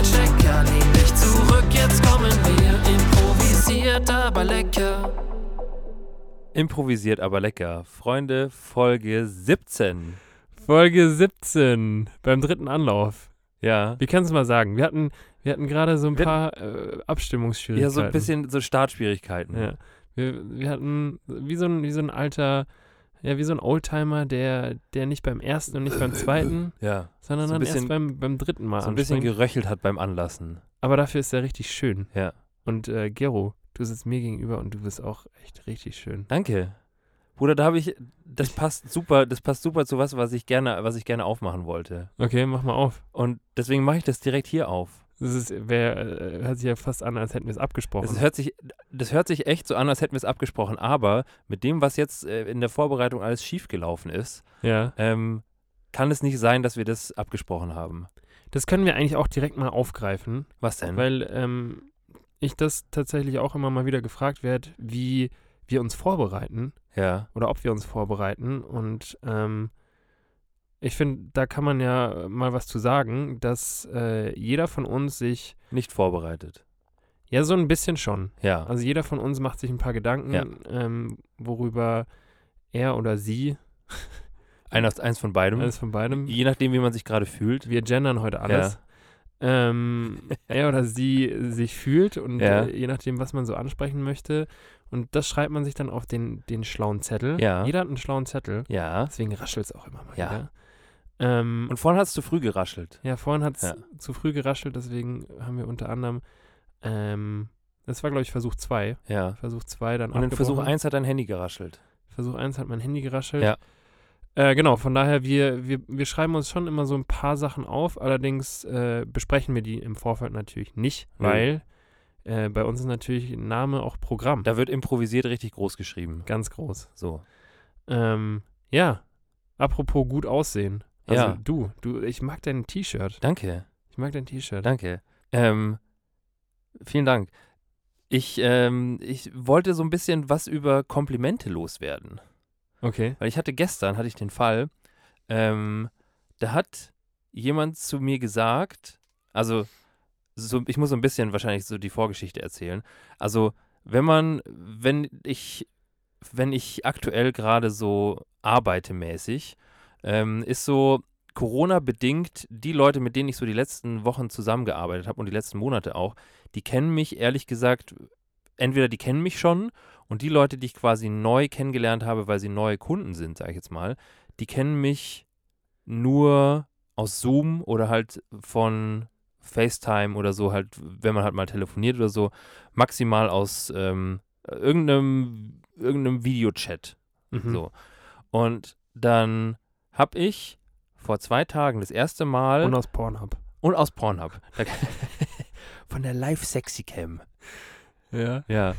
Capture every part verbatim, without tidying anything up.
Checker, lehn dich zurück, jetzt kommen wir. Improvisiert, aber lecker. Improvisiert, aber lecker. Freunde, Folge siebzehn. Folge siebzehn, beim dritten Anlauf. Ja. Wie kannst du mal sagen? Wir hatten, wir hatten gerade so ein Wir paar äh, Abstimmungsschwierigkeiten. Ja, so ein bisschen so Startschwierigkeiten. Ja. Wir, wir hatten wie so, ein, wie so ein alter, ja, wie so ein Oldtimer, der, der nicht beim ersten und nicht beim zweiten, Ja. sondern so ein dann bisschen, erst beim, beim dritten Mal so ein bisschen anspringt. geröchelt hat beim Anlassen. Aber dafür ist er richtig schön. Ja. Und äh, Gero, du sitzt mir gegenüber und du bist auch echt richtig schön. Danke. Bruder, da habe ich, das passt super, das passt super zu was, was ich gerne, was ich gerne aufmachen wollte. Okay, mach mal auf. Und deswegen mache ich das direkt hier auf. Das ist, wär, äh, hört sich ja fast an, als hätten wir es abgesprochen. Das hört sich, das hört sich echt so an, als hätten wir es abgesprochen, aber mit dem, was jetzt äh, in der Vorbereitung alles schiefgelaufen ist, ja. ähm, kann es nicht sein, dass wir das abgesprochen haben. Das können wir eigentlich auch direkt mal aufgreifen, Was denn? weil ähm, ich das tatsächlich auch immer mal wieder gefragt werde, wie wir uns vorbereiten Ja. oder ob wir uns vorbereiten. Und ähm, ich finde, da kann man ja mal was zu sagen, dass äh, jeder von uns sich, Nicht vorbereitet. ja, so ein bisschen schon. Ja. Also jeder von uns macht sich ein paar Gedanken, Ja. ähm, worüber er oder sie, Eines, eins von beidem. alles von beidem, Je nachdem, wie man sich gerade fühlt. wir gendern heute alles, ähm, er oder sie sich fühlt und Ja. äh, je nachdem, was man so ansprechen möchte. Und das schreibt man sich dann auf den, den schlauen Zettel. Ja. Jeder hat einen schlauen Zettel, Ja. deswegen raschelt es auch immer mal Ja. wieder. Ähm, Und vorhin hat es zu früh geraschelt. ja, vorhin hat es Ja. zu früh geraschelt, deswegen haben wir unter anderem, ähm, das war, glaube ich, Versuch zwei. Ja. Versuch zwei dann Und in abgebrochen. Versuch eins hat dein Handy geraschelt. Versuch eins hat mein Handy geraschelt. Ja. Äh, genau, von daher, wir, wir, wir schreiben uns schon immer so ein paar Sachen auf, allerdings äh, besprechen wir die im Vorfeld natürlich nicht, Nö. weil äh, bei uns ist natürlich Name auch Programm. Da wird improvisiert richtig groß geschrieben. Ganz groß. So. Ähm, ja, apropos gut aussehen. Also Ja. du, du, ich mag dein T-Shirt. Danke. Ich mag dein T-Shirt. Danke. Ähm, vielen Dank. Ich, ähm, ich wollte so ein bisschen was über Komplimente loswerden. Okay. Weil ich hatte gestern, hatte ich den Fall, ähm, da hat jemand zu mir gesagt, also so, ich muss so ein bisschen wahrscheinlich so die Vorgeschichte erzählen. Also wenn man, wenn ich, wenn ich aktuell gerade so arbeite mäßig, ähm, ist so Corona-bedingt die Leute, mit denen ich so die letzten Wochen zusammengearbeitet habe und die letzten Monate auch, die kennen mich ehrlich gesagt, entweder die kennen mich schon und die Leute, die ich quasi neu kennengelernt habe, weil sie neue Kunden sind, sage ich jetzt mal, die kennen mich nur aus Zoom oder halt von FaceTime oder so, halt, wenn man halt mal telefoniert oder so, maximal aus ähm, irgendeinem, irgendeinem Videochat. Mhm. So. Und dann habe ich vor zwei Tagen das erste Mal Und aus Pornhub. und aus Pornhub. Da- Von der Live-Sexy-Cam. Ja. Ja.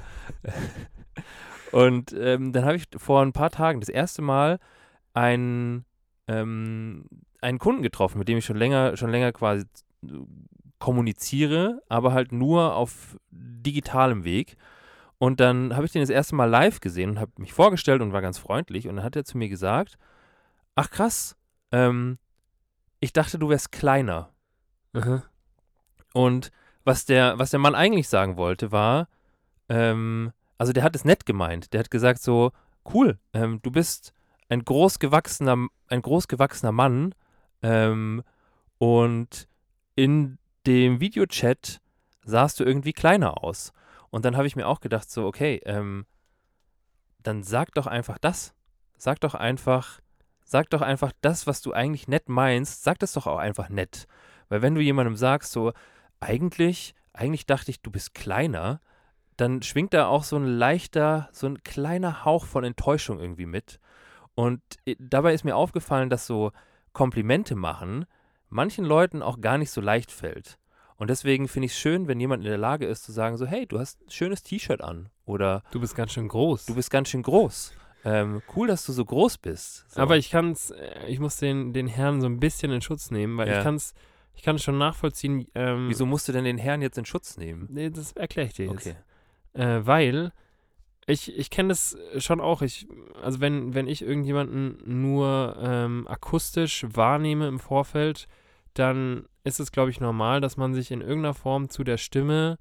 Und ähm, dann habe ich vor ein paar Tagen das erste Mal einen, ähm, einen Kunden getroffen, mit dem ich schon länger, schon länger quasi kommuniziere, aber halt nur auf digitalem Weg. Und dann habe ich den das erste Mal live gesehen und habe mich vorgestellt und war ganz freundlich. Und dann hat er zu mir gesagt, ach krass, ähm, ich dachte, du wärst kleiner. Aha. Und was der, was der Mann eigentlich sagen wollte, war, ähm, also der hat es nett gemeint. Der hat gesagt so, cool, ähm, du bist ein großgewachsener, ein großgewachsener Mann ähm, und in dem Videochat sahst du irgendwie kleiner aus. Und dann habe ich mir auch gedacht so, okay, ähm, dann sag doch einfach das. Sag doch einfach, sag doch einfach das, was du eigentlich nett meinst, sag das doch auch einfach nett. Weil wenn du jemandem sagst so, eigentlich, eigentlich dachte ich, du bist kleiner, dann schwingt da auch so ein leichter, so ein kleiner Hauch von Enttäuschung irgendwie mit. Und äh, dabei ist mir aufgefallen, dass so Komplimente machen manchen Leuten auch gar nicht so leicht fällt. Und deswegen finde ich es schön, wenn jemand in der Lage ist zu sagen so, hey, du hast ein schönes T-Shirt an oder Du bist ganz schön groß. du bist ganz schön groß. Ähm, cool, dass du so groß bist. So. Aber ich kann es, ich muss den, den Herrn so ein bisschen in Schutz nehmen, weil Ja. ich kann es ich kann schon nachvollziehen. Ähm, Wieso musst du denn den Herrn jetzt in Schutz nehmen? Nee, das erkläre ich dir jetzt. Okay. Äh, weil ich, ich kenne das schon auch. Ich, also wenn, wenn ich irgendjemanden nur ähm, akustisch wahrnehme im Vorfeld, dann ist es, glaube ich, normal, dass man sich in irgendeiner Form zu der Stimme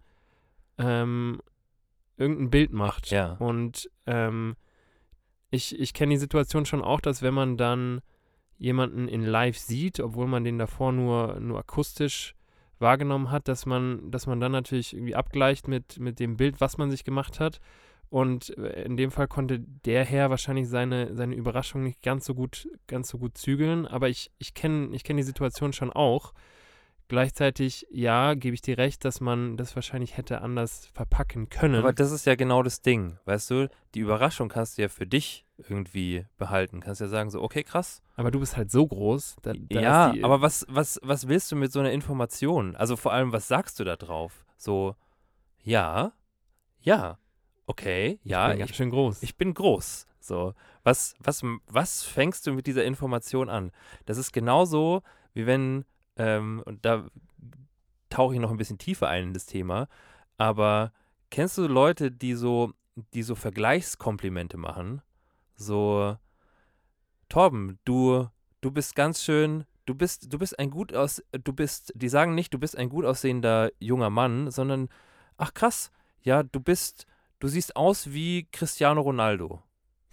ähm, irgendein Bild macht. Ja. Und ähm, ich, ich kenne die Situation schon auch, dass wenn man dann jemanden in live sieht, obwohl man den davor nur, nur akustisch wahrgenommen hat, dass man, dass man dann natürlich irgendwie abgleicht mit, mit dem Bild, was man sich gemacht hat. Und in dem Fall konnte der Herr wahrscheinlich seine, seine Überraschung nicht ganz so gut, ganz so gut zügeln. Aber ich, ich kenne ich kenn die Situation schon auch. Gleichzeitig, ja, gebe ich dir recht, dass man das wahrscheinlich hätte anders verpacken können. Aber das ist ja genau das Ding, weißt du? Die Überraschung kannst du ja für dich irgendwie behalten. Kannst ja sagen so, okay, krass. Aber du bist halt so groß. Da, da ja, ist die, aber was, was, was willst du mit so einer Information? Also vor allem, was sagst du da drauf? So, ja, ja, okay, ja, ich bin ganz ich, schön groß. ich bin groß. So, was, was, was fängst du mit dieser Information an? Das ist genauso, wie wenn, ähm, und da tauche ich noch ein bisschen tiefer ein in das Thema, aber kennst du Leute, die so, die so Vergleichskomplimente machen? So, Torben, du, du bist ganz schön, du bist, du bist ein gut aus, du bist, die sagen nicht, du bist ein gut aussehender junger Mann, sondern, ach krass, ja, du bist, du siehst aus wie Cristiano Ronaldo.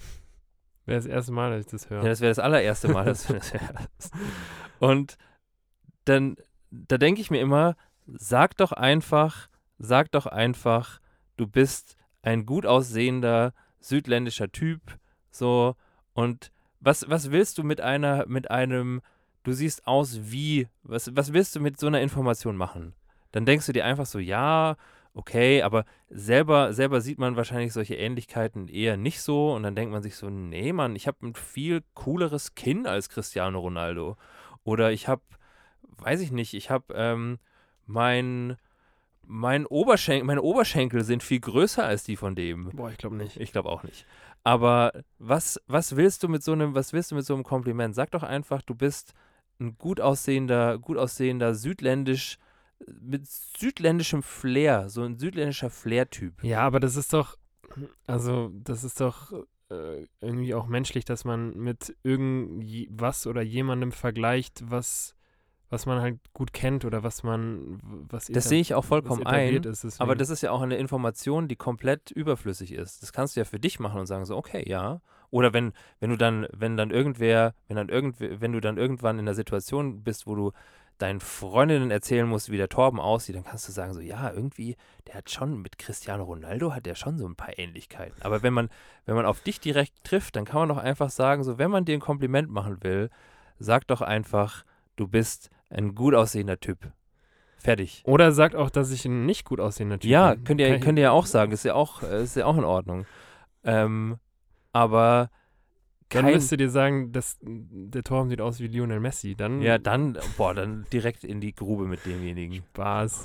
Wäre das erste Mal, dass ich das höre. Ja, das wäre das allererste Mal, dass du das hörst. Und dann, da denke ich mir immer, sag doch einfach, sag doch einfach, du bist ein gut aussehender südländischer Typ, so, und was, was willst du mit einer, mit einem, du siehst aus wie, was, was willst du mit so einer Information machen? Dann denkst du dir einfach so, ja, okay, aber selber, selber sieht man wahrscheinlich solche Ähnlichkeiten eher nicht so und dann denkt man sich so, nee, Mann, ich habe ein viel cooleres Kinn als Cristiano Ronaldo. Oder ich habe, weiß ich nicht, ich habe ähm, mein, mein Oberschenkel, meine Oberschenkel sind viel größer als die von dem. Boah, ich glaube nicht. Ich glaube auch nicht. Aber was, was willst du mit so einem, was willst du mit so einem Kompliment? Sag doch einfach, du bist ein gut aussehender, gut aussehender südländisch, mit südländischem Flair, so ein südländischer Flair-Typ. Ja, aber das ist doch, also das ist doch äh, irgendwie auch menschlich, dass man mit irgendwas oder jemandem vergleicht, was, was man halt gut kennt oder was man, was Das sehe ich auch vollkommen ein, ist, aber das ist ja auch eine Information, die komplett überflüssig ist. Das kannst du ja für dich machen und sagen so, okay, ja. Oder wenn, wenn du dann, wenn dann irgendwer, wenn dann irgendwer, wenn du dann irgendwann in einer Situation bist, wo du deinen Freundinnen erzählen musst, wie der Torben aussieht, dann kannst du sagen so, ja, irgendwie, der hat schon, mit Cristiano Ronaldo hat der schon so ein paar Ähnlichkeiten. Aber wenn man, wenn man auf dich direkt trifft, dann kann man doch einfach sagen, so, wenn man dir ein Kompliment machen will, sag doch einfach, du bist ein gut aussehender Typ. Fertig. Oder sagt auch, dass ich ein nicht gut aussehender Typ Ja, bin. könnt ihr, könnt ihr ja auch sagen, ist ja auch, ist ja auch in Ordnung. Ähm, aber Dann kein, müsst ihr dir sagen, dass der Torben sieht aus wie Lionel Messi. Dann ja, dann, boah, dann direkt in die Grube mit demjenigen. Spaß.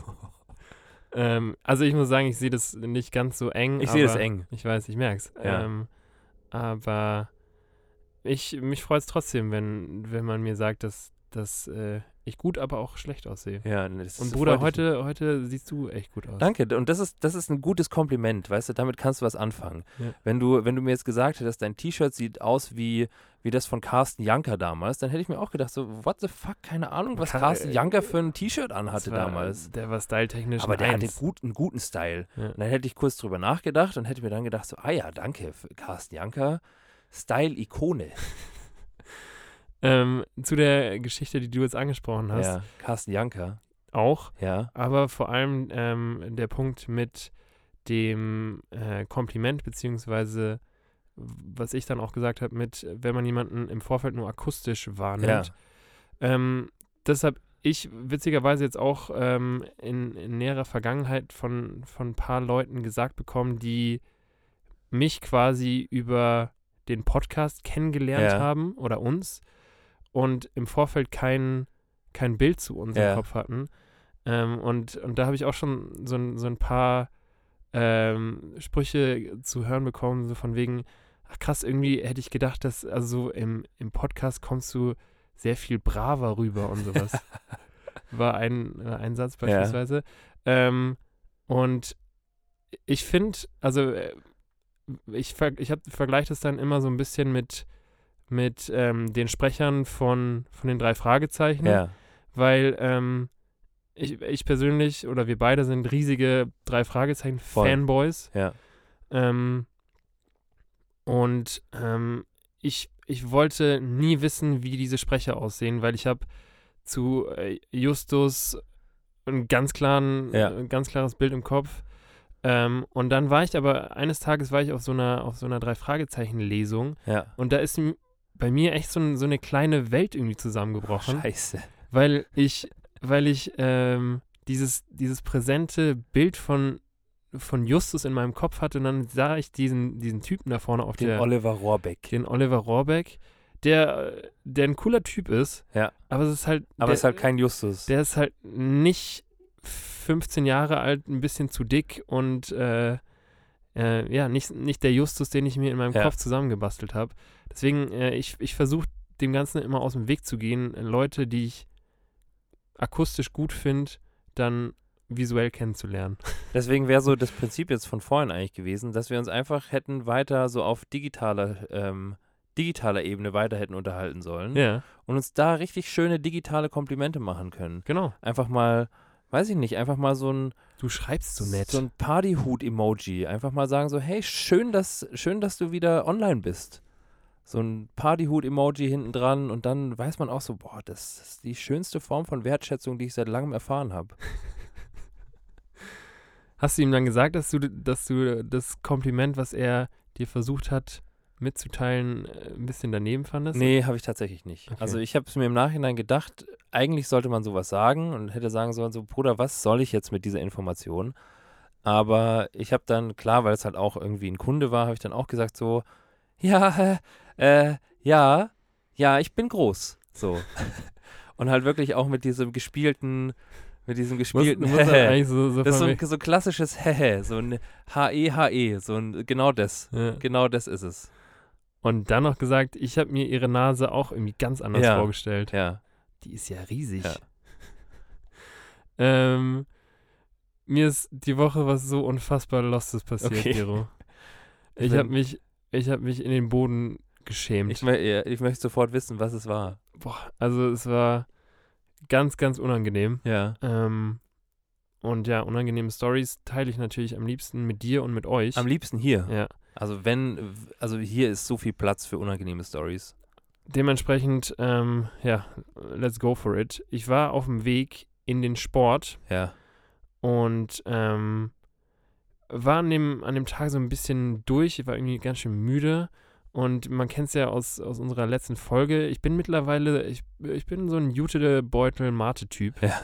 ähm, also ich muss sagen, ich sehe das nicht ganz so eng. Ich sehe das aber- eng. Ich weiß, ich merke es. Ja. Ähm, aber ich, mich freut es trotzdem, wenn, wenn man mir sagt, dass, dass äh, ich gut, aber auch schlecht aussehe. Ja, das Und ist Bruder, freut mich. heute, heute siehst du echt gut aus. Danke, und das ist, das ist ein gutes Kompliment, weißt du, damit kannst du was anfangen. Ja. Wenn du, wenn du mir jetzt gesagt hättest, dein T-Shirt sieht aus wie, wie das von Carsten Janker damals, dann hätte ich mir auch gedacht, so, what the fuck, keine Ahnung, was Ka- Carsten äh, Janker für ein T-Shirt anhatte Das war- damals. Der war styletechnisch Aber ein der hatte Eins. gut, einen guten Style. Ja. Und dann hätte ich kurz drüber nachgedacht und hätte mir dann gedacht, so, ah ja, danke, für Carsten Janker, Style-Ikone. Ähm, zu der Geschichte, die du jetzt angesprochen hast, Ja, Carsten Janker, auch. ja. Aber vor allem ähm, der Punkt mit dem äh, Kompliment, beziehungsweise was ich dann auch gesagt habe, mit, wenn man jemanden im Vorfeld nur akustisch wahrnimmt. Ähm, das habe ich witzigerweise jetzt auch ähm, in, in näherer Vergangenheit von, von ein paar Leuten gesagt bekommen, die mich quasi über den Podcast kennengelernt Ja. haben oder uns und im Vorfeld kein, kein Bild zu uns Ja. im Kopf hatten. Ähm, und, und da habe ich auch schon so, ein- so ein paar ähm, Sprüche zu hören bekommen, so von wegen, ach krass, irgendwie hätte ich gedacht, dass, also so im, im Podcast kommst du sehr viel braver rüber und sowas. War ein, äh, ein Satz beispielsweise. Ähm, und ich finde, also äh, ich, ver ich vergleiche das dann immer so ein bisschen mit, mit ähm, den Sprechern von, von den drei Fragezeichen, Ja, weil ähm, ich, ich persönlich oder wir beide sind riesige drei Fragezeichen Voll. Fanboys. Ja. Ähm, und ähm, ich, ich wollte nie wissen, wie diese Sprecher aussehen, weil ich habe zu äh, Justus ein ganz, klaren, Ja. ein ganz klares Bild im Kopf. Ähm, und dann war ich aber, eines Tages war ich auf so einer, auf so einer Drei-Fragezeichen-Lesung Ja. und da ist m- bei mir echt so, ein, so eine kleine Welt irgendwie zusammengebrochen, Scheiße. weil ich, weil ich ähm, dieses, dieses präsente Bild von, von Justus in meinem Kopf hatte und dann sah ich diesen, diesen Typen da vorne auf Den der, Oliver Rohrbeck. den Oliver Rohrbeck, der, der ein cooler Typ ist, Ja. aber es ist halt, Aber der, es ist halt kein Justus. der ist halt nicht fünfzehn Jahre alt, ein bisschen zu dick und äh, äh, ja, nicht, nicht der Justus, den ich mir in meinem Ja. Kopf zusammengebastelt habe. Deswegen, äh, ich, ich versuche dem Ganzen immer aus dem Weg zu gehen, Leute, die ich akustisch gut finde, dann visuell kennenzulernen. Deswegen wäre so das Prinzip jetzt von vorhin eigentlich gewesen, dass wir uns einfach hätten weiter so auf digitaler, ähm, digitaler Ebene weiter hätten unterhalten sollen Ja, und uns da richtig schöne digitale Komplimente machen können. genau. Einfach mal, weiß ich nicht, einfach mal so ein Du schreibst so nett. so ein Partyhut-Emoji. Einfach mal sagen so, hey, schön, dass, schön, dass du wieder online bist. So ein Partyhut-Emoji hinten dran und dann weiß man auch so, boah, das ist die schönste Form von Wertschätzung, die ich seit langem erfahren habe. Hast du ihm dann gesagt, dass du, dass du das Kompliment, was er dir versucht hat mitzuteilen, äh, ein bisschen daneben fandest? Nee, habe ich tatsächlich nicht. Okay. Also ich habe es mir im Nachhinein gedacht, eigentlich sollte man sowas sagen und hätte sagen sollen, so, Bruder, was soll ich jetzt mit dieser Information? Aber ich habe dann, klar, weil es halt auch irgendwie ein Kunde war, habe ich dann auch gesagt so, ja, äh, äh, ja, ja, ich bin groß. So. Und halt wirklich auch mit diesem gespielten, mit diesem Muss, gespielten muss er Hehe. eigentlich so, so Das ist so von ein so klassisches Hehe, so ein H-E-H-E, so ein, genau das. mir- ja. Genau das ist es. Und dann noch gesagt, ich habe mir ihre Nase auch irgendwie ganz anders Ja. vorgestellt. Ja. Die ist ja riesig. Ja. ähm, mir ist die Woche was so unfassbar Lostes passiert, Okay. Gero. Ich Ich bin- habe mich, ich habe mich in den Boden geschämt. Ich, mö- ja, ich möchte sofort wissen, was es war. Boah, also es war ganz, ganz unangenehm. Ja. Ähm, und ja, unangenehme Stories teile ich natürlich am liebsten mit dir und mit euch. Am liebsten hier. ja. Also wenn, also hier ist so viel Platz für unangenehme Stories. Dementsprechend, ähm, ja, let's go for it. Ich war auf dem Weg in den Sport Ja. und ähm, war an dem, an dem Tag so ein bisschen durch. Ich war irgendwie ganz schön müde. Und man kennt es ja aus, aus unserer letzten Folge. Ich bin mittlerweile, ich, ich bin so ein Jutebeutel-Mate-Typ. Ja.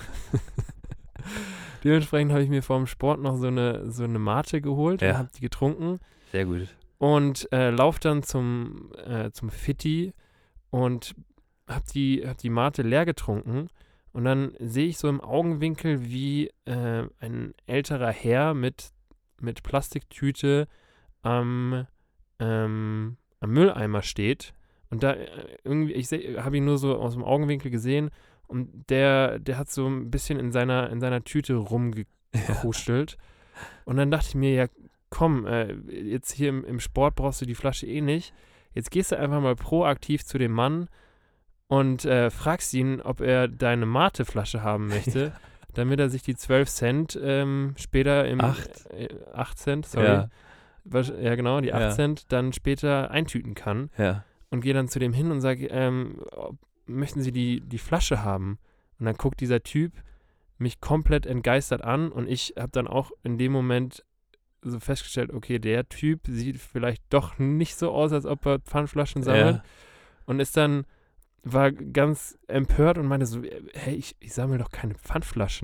Dementsprechend habe ich mir vor dem Sport noch so eine, so eine Mate geholt Ja. und habe die getrunken. Sehr gut. Und äh, lauf dann zum, äh, zum Fitti und hab die, hab die Mate leer getrunken. Und dann sehe ich so im Augenwinkel, wie äh, ein älterer Herr mit, mit Plastiktüte am, ähm, am Mülleimer steht. Und da äh, irgendwie, ich habe ihn nur so aus dem Augenwinkel gesehen und der, der hat so ein bisschen in seiner, in seiner Tüte rumgekuschelt. Und dann dachte ich mir, ja, komm, äh, jetzt hier im, im Sport brauchst du die Flasche eh nicht. Jetzt gehst du einfach mal proaktiv zu dem Mann und äh, fragst ihn, ob er deine Mate-Flasche haben möchte, damit er sich die zwölf Cent ähm, später im Acht. Äh, acht Cent, sorry. Ja. Wasch- Ja, genau, die acht Ja. Cent dann später eintüten kann Ja. und gehe dann zu dem hin und sage, ähm, ob- möchten Sie die, die Flasche haben? Und dann guckt dieser Typ mich komplett entgeistert an und ich habe dann auch in dem Moment so festgestellt, okay, der Typ sieht vielleicht doch nicht so aus, als ob er Pfandflaschen sammelt Ja. und ist dann, war ganz empört und meinte so, hey, ich, ich sammle doch keine Pfandflaschen.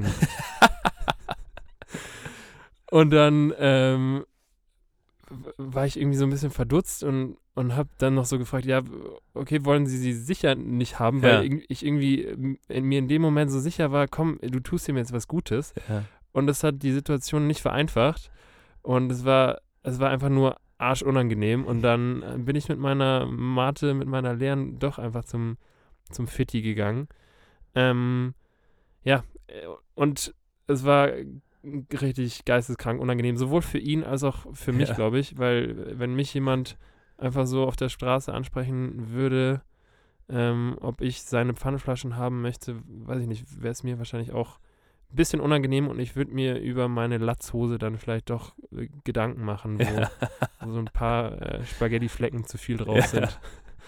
Und dann ähm, w- war ich irgendwie so ein bisschen verdutzt und, und habe dann noch so gefragt, ja, okay, wollen Sie sie sicher nicht haben, weil Ja. irg- ich irgendwie ähm, in mir in dem Moment so sicher war, komm, du tust ihm jetzt was Gutes. Ja. Und das hat die Situation nicht vereinfacht. Und es war, es war einfach nur arschunangenehm. Und dann äh, bin ich mit meiner Mate, mit meiner leeren doch einfach zum, zum Fitti gegangen. Ähm, ja, äh, und es war richtig geisteskrank unangenehm, sowohl für ihn als auch für mich, Ja. glaube ich, weil wenn mich jemand einfach so auf der Straße ansprechen würde, ähm, ob ich seine Pfandflaschen haben möchte, weiß ich nicht, wäre es mir wahrscheinlich auch ein bisschen unangenehm und ich würde mir über meine Latzhose dann vielleicht doch äh, Gedanken machen, wo, Ja. wo so ein paar äh, Spaghetti-Flecken zu viel drauf Ja. sind.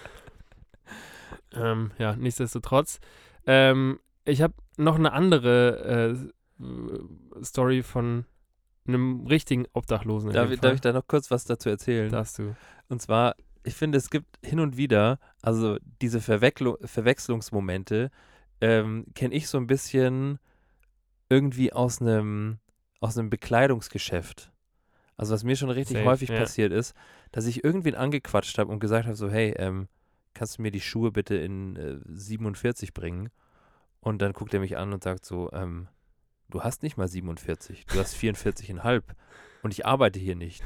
ähm, ja, nichtsdestotrotz. Ähm, ich habe noch eine andere äh, Story von einem richtigen Obdachlosen. in Darf, dem ich- Fall. darf ich da noch kurz was dazu erzählen? Darfst du. Und zwar, ich finde, es gibt hin und wieder, also diese Verwecklu- Verwechslungsmomente, ähm, kenne ich so ein bisschen irgendwie aus einem aus einem Bekleidungsgeschäft. Also was mir schon richtig Safe, häufig ja. passiert ist, dass ich irgendwen angequatscht habe und gesagt habe so, hey, ähm, kannst du mir die Schuhe bitte in äh, siebenundvierzig bringen? Und dann guckt er mich an und sagt so, ähm, du hast nicht mal siebenundvierzig, du hast vierundvierzig Komma fünf und ich arbeite hier nicht.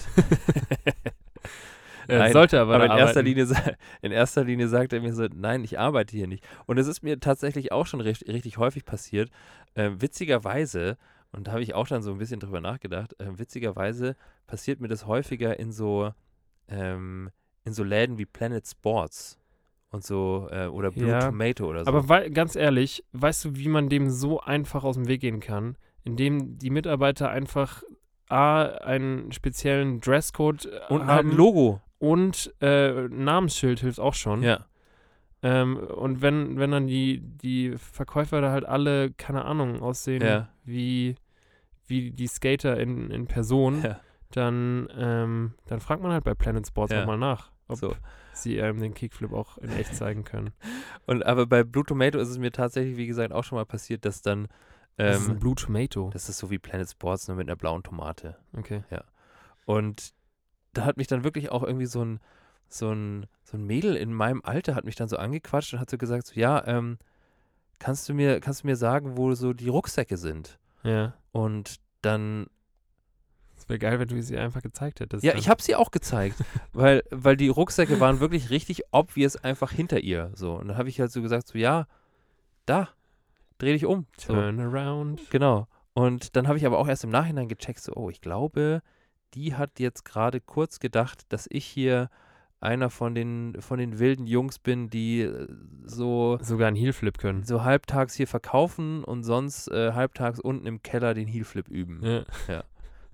Äh, Nein, sollte aber, Aber da in erster, arbeiten. Linie, sa- in erster Linie sagt er mir so, nein, ich arbeite hier nicht. Und es ist mir tatsächlich auch schon richtig, richtig häufig passiert. Äh, witzigerweise, und da habe ich auch dann so ein bisschen drüber nachgedacht, äh, witzigerweise passiert mir das häufiger in so, ähm, in so Läden wie Planet Sports und so, äh, oder Blue Ja, Tomato oder so. Aber wei- ganz ehrlich, weißt du, wie man dem so einfach aus dem Weg gehen kann? Indem die Mitarbeiter einfach A, einen speziellen Dresscode äh, und halt haben ein Logo. und äh, Namensschild hilft auch schon. Ja, Ähm, und wenn, wenn dann die, die Verkäufer da halt alle, keine Ahnung, aussehen Ja. wie, wie die Skater in, in Person, ja, dann, ähm, dann fragt man halt bei Planet Sports Ja. nochmal nach, ob so. sie einem den Kickflip auch in echt zeigen können. Und aber bei Blue Tomato ist es mir tatsächlich, wie gesagt, auch schon mal passiert, dass dann, Das ist ein ähm, Blue Tomato. das ist so wie Planet Sports, nur mit einer blauen Tomate. Okay. Und da hat mich dann wirklich auch irgendwie so ein, so ein, so ein Mädel in meinem Alter hat mich dann so angequatscht und hat so gesagt, so, ja, ähm, kannst du mir, kannst du mir sagen, wo so die Rucksäcke sind? Ja. Und dann, Es wäre geil, wenn du sie einfach gezeigt hättest. ja, dann. ich habe sie auch gezeigt, weil, weil die Rucksäcke waren wirklich richtig obvious einfach hinter ihr, so. Und dann habe ich halt so gesagt, so, ja, da, dreh dich um. So. Turn around. Genau. Und dann habe ich aber auch erst im Nachhinein gecheckt, so, oh, ich glaube, die hat jetzt gerade kurz gedacht, dass ich hier einer von den, von den wilden Jungs bin, die äh, so, Sogar einen Heelflip können. so halbtags hier verkaufen und sonst äh, halbtags unten im Keller den Heelflip üben. Ja. Ja.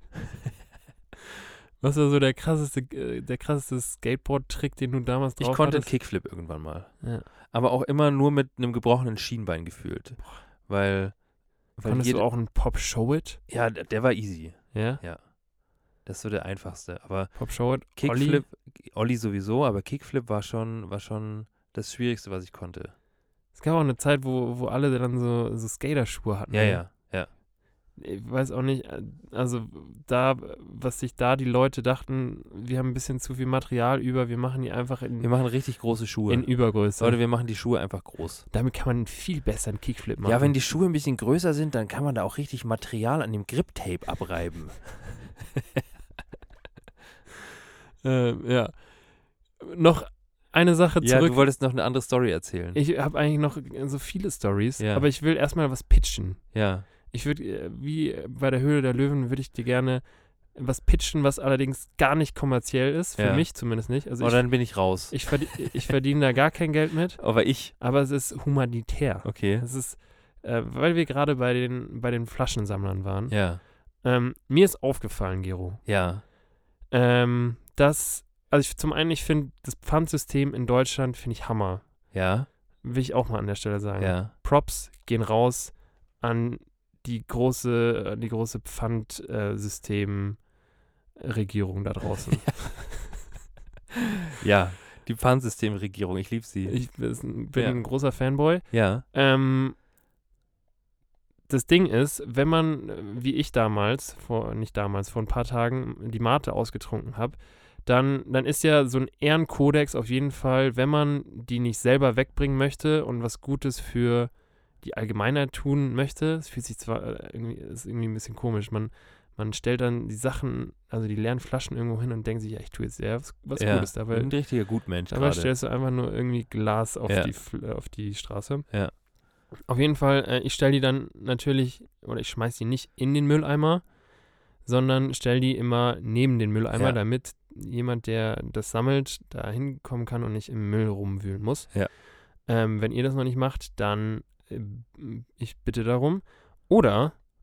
Was war so der krasseste, äh, der krasseste Skateboard-Trick, den du damals drauf Ich konnte einen hattest? Kickflip irgendwann mal. Ja. Aber auch immer nur mit einem gebrochenen Schienbein gefühlt. Weil, weil Konntest jede, du auch einen Pop-Show-It? ja, der, der war easy. Ja? Das ist so der einfachste. Aber Pop-Show-It? Kickflip, Olli sowieso, aber Kickflip war schon, war schon das Schwierigste, was ich konnte. Es gab auch eine Zeit, wo, wo alle dann so, so Skaterschuhe hatten. Ja, ne? ja, ja. Ich weiß auch nicht, äh, also da, was sich da die Leute dachten, wir haben ein bisschen zu viel Material über, wir machen die einfach in, Wir machen richtig große Schuhe. in Übergröße. Leute, wir machen die Schuhe einfach groß. Damit kann man einen viel besseren Kickflip machen. Ja, wenn die Schuhe ein bisschen größer sind, dann kann man da auch richtig Material an dem Grip-Tape abreiben. äh, ja. Noch eine Sache Ja, zurück. du wolltest noch eine andere Story erzählen. Ich habe eigentlich noch so viele Stories, Ja. aber ich will erstmal was pitchen. ja, Ich würde, äh, wie bei der Höhle der Löwen, würde ich dir gerne was pitchen, was allerdings gar nicht kommerziell ist. Für Ja. mich zumindest nicht. Also aber ich, dann bin ich raus. ich, verdie ich verdiene da gar kein Geld mit, Aber ich, aber es ist humanitär. okay. Es ist, äh, weil wir gerade bei den, bei den Flaschensammlern waren. Ja, Ähm, mir ist aufgefallen, Gero, ja, ähm, dass, also ich, zum einen, ich finde das Pfandsystem in Deutschland, finde ich Hammer. ja, Will ich auch mal an der Stelle sagen. ja. Props gehen raus an die große, an die große Pfandsystem-Regierung da draußen. Ja, die Pfandsystemregierung, ich liebe sie. Ich bin Ja. ein großer Fanboy. Ja, Ähm, das Ding ist, wenn man, äh, wie ich damals, vor, nicht damals, vor ein paar Tagen die Mate ausgetrunken habe, dann, dann ist ja so ein Ehrenkodex auf jeden Fall, wenn man die nicht selber wegbringen möchte und was Gutes für die Allgemeinheit tun möchte. Es fühlt sich zwar äh, irgendwie, ist irgendwie ein bisschen komisch. Man, man stellt dann die Sachen, also die leeren Flaschen irgendwo hin und denkt sich, ja, ich tue jetzt sehr was, was ja. Gutes dabei. Ein richtiger Gutmensch Dabei gerade. stellst du einfach nur irgendwie Glas auf, Ja. die, Fl- auf die Straße. Ja. Auf jeden Fall, äh, ich stelle die dann natürlich, oder ich schmeiß die nicht in den Mülleimer, sondern stelle die immer neben den Mülleimer, Ja. damit jemand, der das sammelt, da hinkommen kann und nicht im Müll rumwühlen muss. Ja. Ähm, wenn ihr das noch nicht macht, dann äh, ich bitte darum. Oder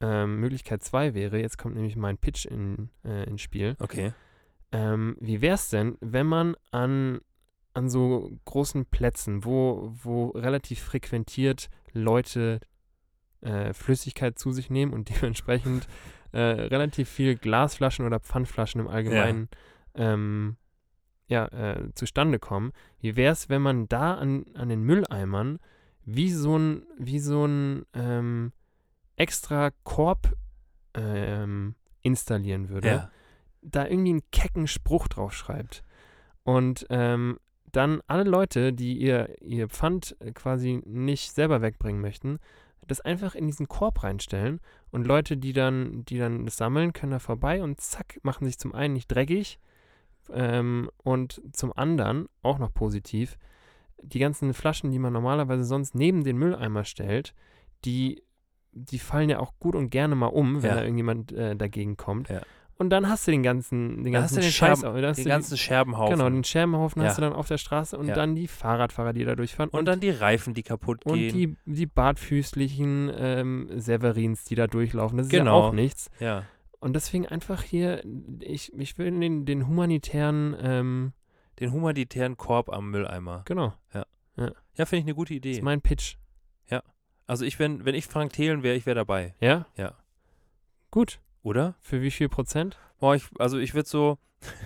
ähm, Möglichkeit zwei wäre, jetzt kommt nämlich mein Pitch in, äh, ins Spiel. Okay. Ähm, wie wäre es denn, wenn man an, an so großen Plätzen, wo, wo relativ frequentiert Leute äh, Flüssigkeit zu sich nehmen und dementsprechend äh, relativ viel Glasflaschen oder Pfandflaschen im Allgemeinen ähm, ja, äh, zustande kommen. Wie wäre es, wenn man da an, an den Mülleimern wie so ein, wie so ein ähm, extra Korb ähm, installieren würde, Ja. da irgendwie einen kecken Spruch drauf schreibt und ähm, dann alle Leute, die ihr, ihr Pfand quasi nicht selber wegbringen möchten, das einfach in diesen Korb reinstellen und Leute, die dann, die dann das sammeln, können da vorbei und zack, machen sich zum einen nicht dreckig ähm, und zum anderen, auch noch positiv, die ganzen Flaschen, die man normalerweise sonst neben den Mülleimer stellt, die, die fallen ja auch gut und gerne mal um, wenn Ja. da irgendjemand äh, dagegen kommt. Ja. Und dann hast du den ganzen, den Da ganzen hast du den, Scheiß, Scherben, da hast den du ganzen Scherbenhaufen. Genau, den Scherbenhaufen Ja. hast du dann auf der Straße und Ja. dann die Fahrradfahrer, die da durchfahren. und dann die Reifen, die kaputt und gehen. die, die bartfüßlichen ähm, Severins, die da durchlaufen. Das ist Genau. ja auch nichts. ja. Und deswegen einfach hier, ich, ich will den, den humanitären, ähm, Den humanitären Korb am Mülleimer. genau, Ja, finde ich eine gute das Idee. ist mein Pitch. Also ich, wenn, wenn ich Frank Thelen wäre, ich wäre dabei. Ja? Ja. Gut. Oder? Für wie viel Prozent? Boah, ich, also ich würde so.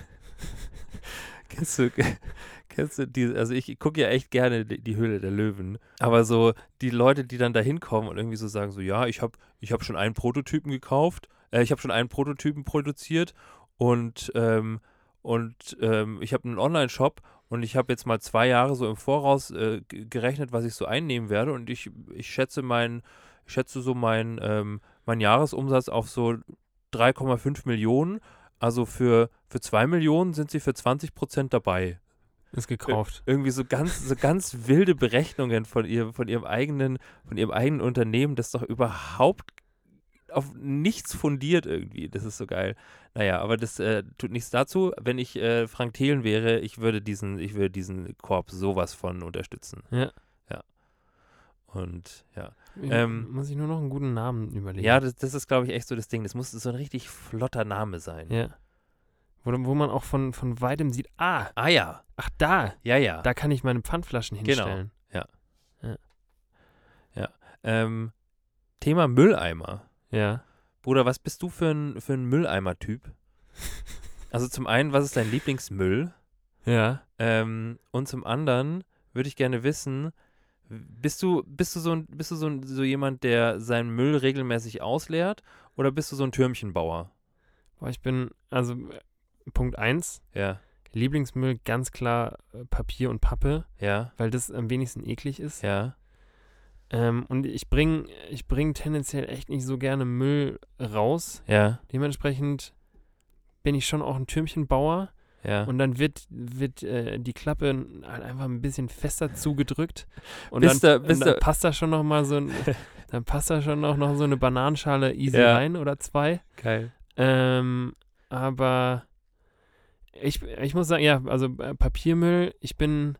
kennst du, kennst du die, also ich gucke ja echt gerne die, die Höhle der Löwen. Aber so die Leute, die dann da hinkommen und irgendwie so sagen, so ja, ich habe ich hab schon einen Prototypen gekauft, äh, ich habe schon einen Prototypen produziert und, ähm, und ähm, ich habe einen Online-Shop und ich habe jetzt mal zwei Jahre so im Voraus äh, g- gerechnet, was ich so einnehmen werde und ich, ich schätze mein, ich schätze so mein, ähm, mein Jahresumsatz auf so drei Komma fünf Millionen. Also für, für zwei Millionen sind sie für zwanzig Prozent dabei. Ist gekauft. Irgendwie so ganz, so ganz wilde Berechnungen von, ihr, von, ihrem eigenen, von ihrem eigenen Unternehmen, das doch überhaupt auf nichts fundiert irgendwie. Das ist so geil. Naja, aber das äh, tut nichts dazu. Wenn ich äh, Frank Thelen wäre, ich würde diesen, ich würde diesen Korb sowas von unterstützen. Ja. Ja. Und ja. Ich- Ähm, Muss ich nur noch einen guten Namen überlegen. Ja, das, das ist, glaube ich, echt so das Ding. Das muss so ein richtig flotter Name sein. Ja. Wo, wo man auch von, von weitem sieht, ah, Ah ja. ach da, Ja, ja. da kann ich meine Pfandflaschen Genau. hinstellen. Ähm, Thema Mülleimer. Ja. Bruder, was bist du für ein, für ein Mülleimer-Typ? Also zum einen, was ist dein Lieblingsmüll? Ja. Ähm, und zum anderen würde ich gerne wissen, bist du, bist du, so, ein, bist du so, ein, so jemand, der seinen Müll regelmäßig ausleert oder bist du so ein Türmchenbauer? Boah, ich bin, also äh, Punkt eins, Ja, Lieblingsmüll ganz klar äh, Papier und Pappe, ja, weil das am wenigsten eklig ist. ja, Ähm, und ich bringe ich bring tendenziell echt nicht so gerne Müll raus. ja, Dementsprechend bin ich schon auch ein Türmchenbauer. ja. Und dann wird, wird äh, die Klappe halt einfach ein bisschen fester zugedrückt. Und Bist dann, du- bist und dann du- passt da schon noch mal so ein, dann passt da schon noch, noch so eine Bananenschale easy Ja. rein oder zwei. Geil. Ähm, aber ich, ich muss sagen, ja, also äh, Papiermüll, ich bin,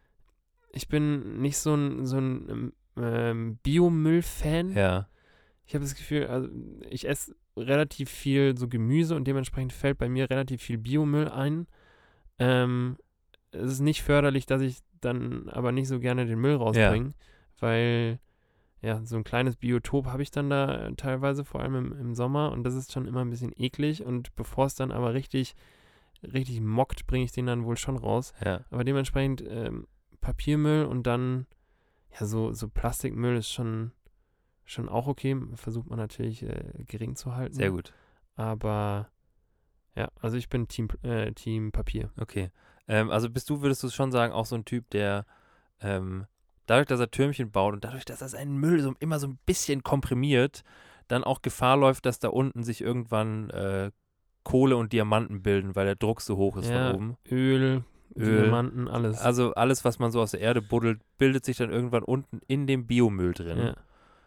ich bin nicht so ein, so ein ähm, Biomüll-Fan. Ja, Ich habe das Gefühl, also ich esse relativ viel so Gemüse und dementsprechend fällt bei mir relativ viel Biomüll ein. Ähm, es ist nicht förderlich, dass ich dann aber nicht so gerne den Müll rausbringe, weil ja, so ein kleines Biotop habe ich dann da teilweise, vor allem im, im Sommer, und das ist schon immer ein bisschen eklig, und bevor es dann aber richtig, richtig mockt, bringe ich den dann wohl schon raus. ja. Aber dementsprechend ähm, Papiermüll und dann ja, so, so Plastikmüll ist schon schon auch okay. Versucht man natürlich äh, gering zu halten. Sehr gut. Aber ja, also ich bin Team, äh, Team Papier. Okay. Ähm, also bist du, würdest du schon sagen, auch so ein Typ, der ähm, dadurch, dass er Türmchen baut und dadurch, dass er seinen Müll so immer so ein bisschen komprimiert, dann auch Gefahr läuft, dass da unten sich irgendwann äh, Kohle und Diamanten bilden, weil der Druck so hoch ist Ja. von oben. Öl, Öl. Diamanten, alles. Also alles, was man so aus der Erde buddelt, bildet sich dann irgendwann unten in dem Biomüll drin. ja,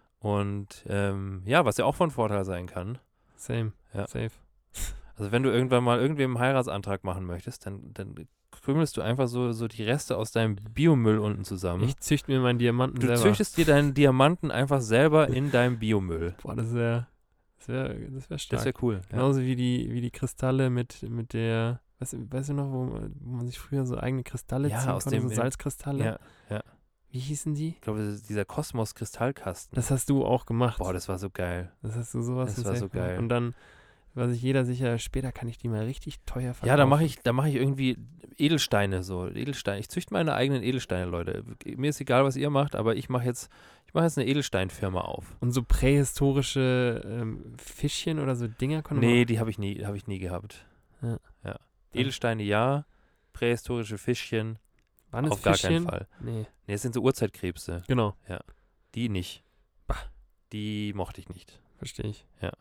Und ähm, ja, was ja auch von Vorteil sein kann. same. Ja. Safe. Also wenn du irgendwann mal irgendwem einen Heiratsantrag machen möchtest, dann, dann krümelst du einfach so, so die Reste aus deinem Biomüll unten zusammen. Ich züchte mir meinen Diamanten du selber. züchtest dir deinen Diamanten einfach selber in deinem Biomüll. Boah, das wäre Das wäre das wär stark. Das wäre cool. Ja. Genauso wie die, wie die Kristalle mit, mit der, weißt, du- weißt du noch, wo, wo man sich früher so eigene Kristalle Ja, ziehen aus konnte, dem- so Salzkristalle? Ja, ja. Wie hießen die? Ich glaube, das ist dieser Kosmos-Kristallkasten. Das hast du auch gemacht. Boah, das war so geil. Das hast du sowas das von war safe so gemacht. geil. Und dann war sich jeder sicher, später kann ich die mal richtig teuer verkaufen. Ja, da mache ich, da mache ich irgendwie Edelsteine so. Edelsteine. Ich züchte meine eigenen Edelsteine, Leute. Mir ist egal, was ihr macht, aber ich mache jetzt, ich mache jetzt eine Edelsteinfirma auf. Und so prähistorische ähm, Fischchen oder so Dinger konnte Nee, man die habe ich nie, habe ich nie gehabt. Ja. ja. Edelsteine ja, prähistorische Fischchen auch, waren das auf gar Fischchen? keinen Fall. Nee, Nee, es sind so Urzeitkrebse. genau, Die nicht. Bah. Die mochte ich nicht. verstehe ich. Ja.